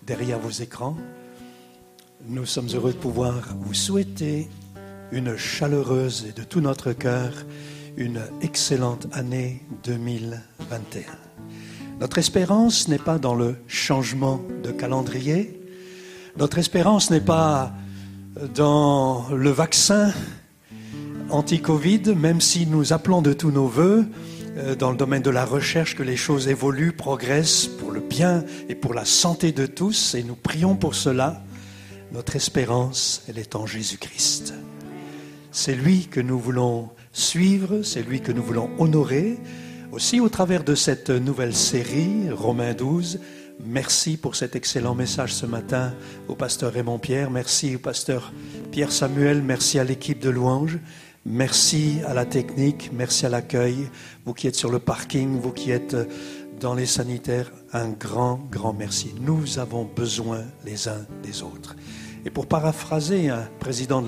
Speaker 5: derrière vos écrans. Nous sommes heureux de pouvoir vous souhaiter une chaleureuse et de tout notre cœur une excellente année 2021. Notre espérance n'est pas dans le changement de calendrier. Notre espérance n'est pas dans le vaccin anti-Covid, même si nous appelons de tous nos vœux dans le domaine de la recherche que les choses évoluent, progressent pour le bien et pour la santé de tous, et nous prions pour cela. Notre espérance, elle est en Jésus-Christ. C'est lui que nous voulons suivre, c'est lui que nous voulons honorer. Aussi, au travers de cette nouvelle série, Romains 12, merci pour cet excellent message ce matin au pasteur Raymond Pierre. Merci au pasteur Pierre Samuel. Merci à l'équipe de louanges. Merci à la technique. Merci à l'accueil. Vous qui êtes sur le parking, vous qui êtes dans les sanitaires, un grand, grand merci. Nous avons besoin les uns des autres. Et pour paraphraser un président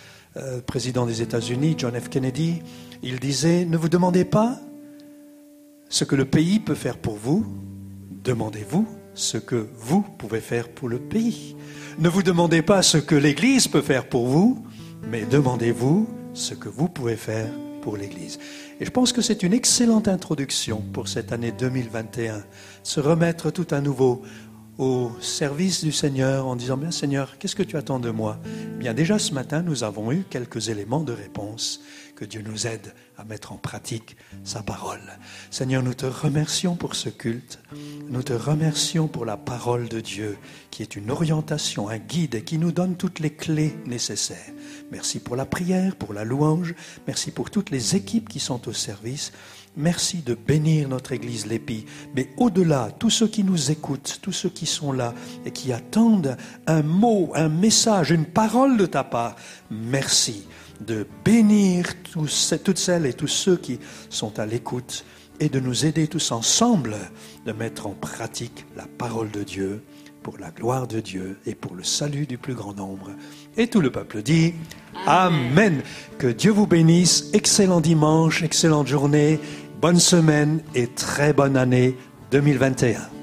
Speaker 5: des États-Unis, John F. Kennedy, il disait « Ne vous demandez pas ce que le pays peut faire pour vous, demandez-vous ce que vous pouvez faire pour le pays. Ne vous demandez pas ce que l'Église peut faire pour vous, mais demandez-vous ce que vous pouvez faire pour l'Église. » Et je pense que c'est une excellente introduction pour cette année 2021, se remettre tout à nouveau au service du Seigneur en disant « Bien Seigneur, qu'est-ce que tu attends de moi ?» Bien déjà ce matin, nous avons eu quelques éléments de réponse. Que Dieu nous aide à mettre en pratique sa parole. Seigneur, nous te remercions pour ce culte. Nous te remercions pour la parole de Dieu qui est une orientation, un guide et qui nous donne toutes les clés nécessaires. Merci pour la prière, pour la louange. Merci pour toutes les équipes qui sont au service. Merci de bénir notre Église Lépi. Mais au-delà, tous ceux qui nous écoutent, tous ceux qui sont là et qui attendent un mot, un message, une parole de ta part, merci de bénir toutes celles et tous ceux qui sont à l'écoute et de nous aider tous ensemble de mettre en pratique la parole de Dieu pour la gloire de Dieu et pour le salut du plus grand nombre. Et tout le peuple dit Amen. Que Dieu vous bénisse. Excellent dimanche, excellente journée, bonne semaine et très bonne année 2021.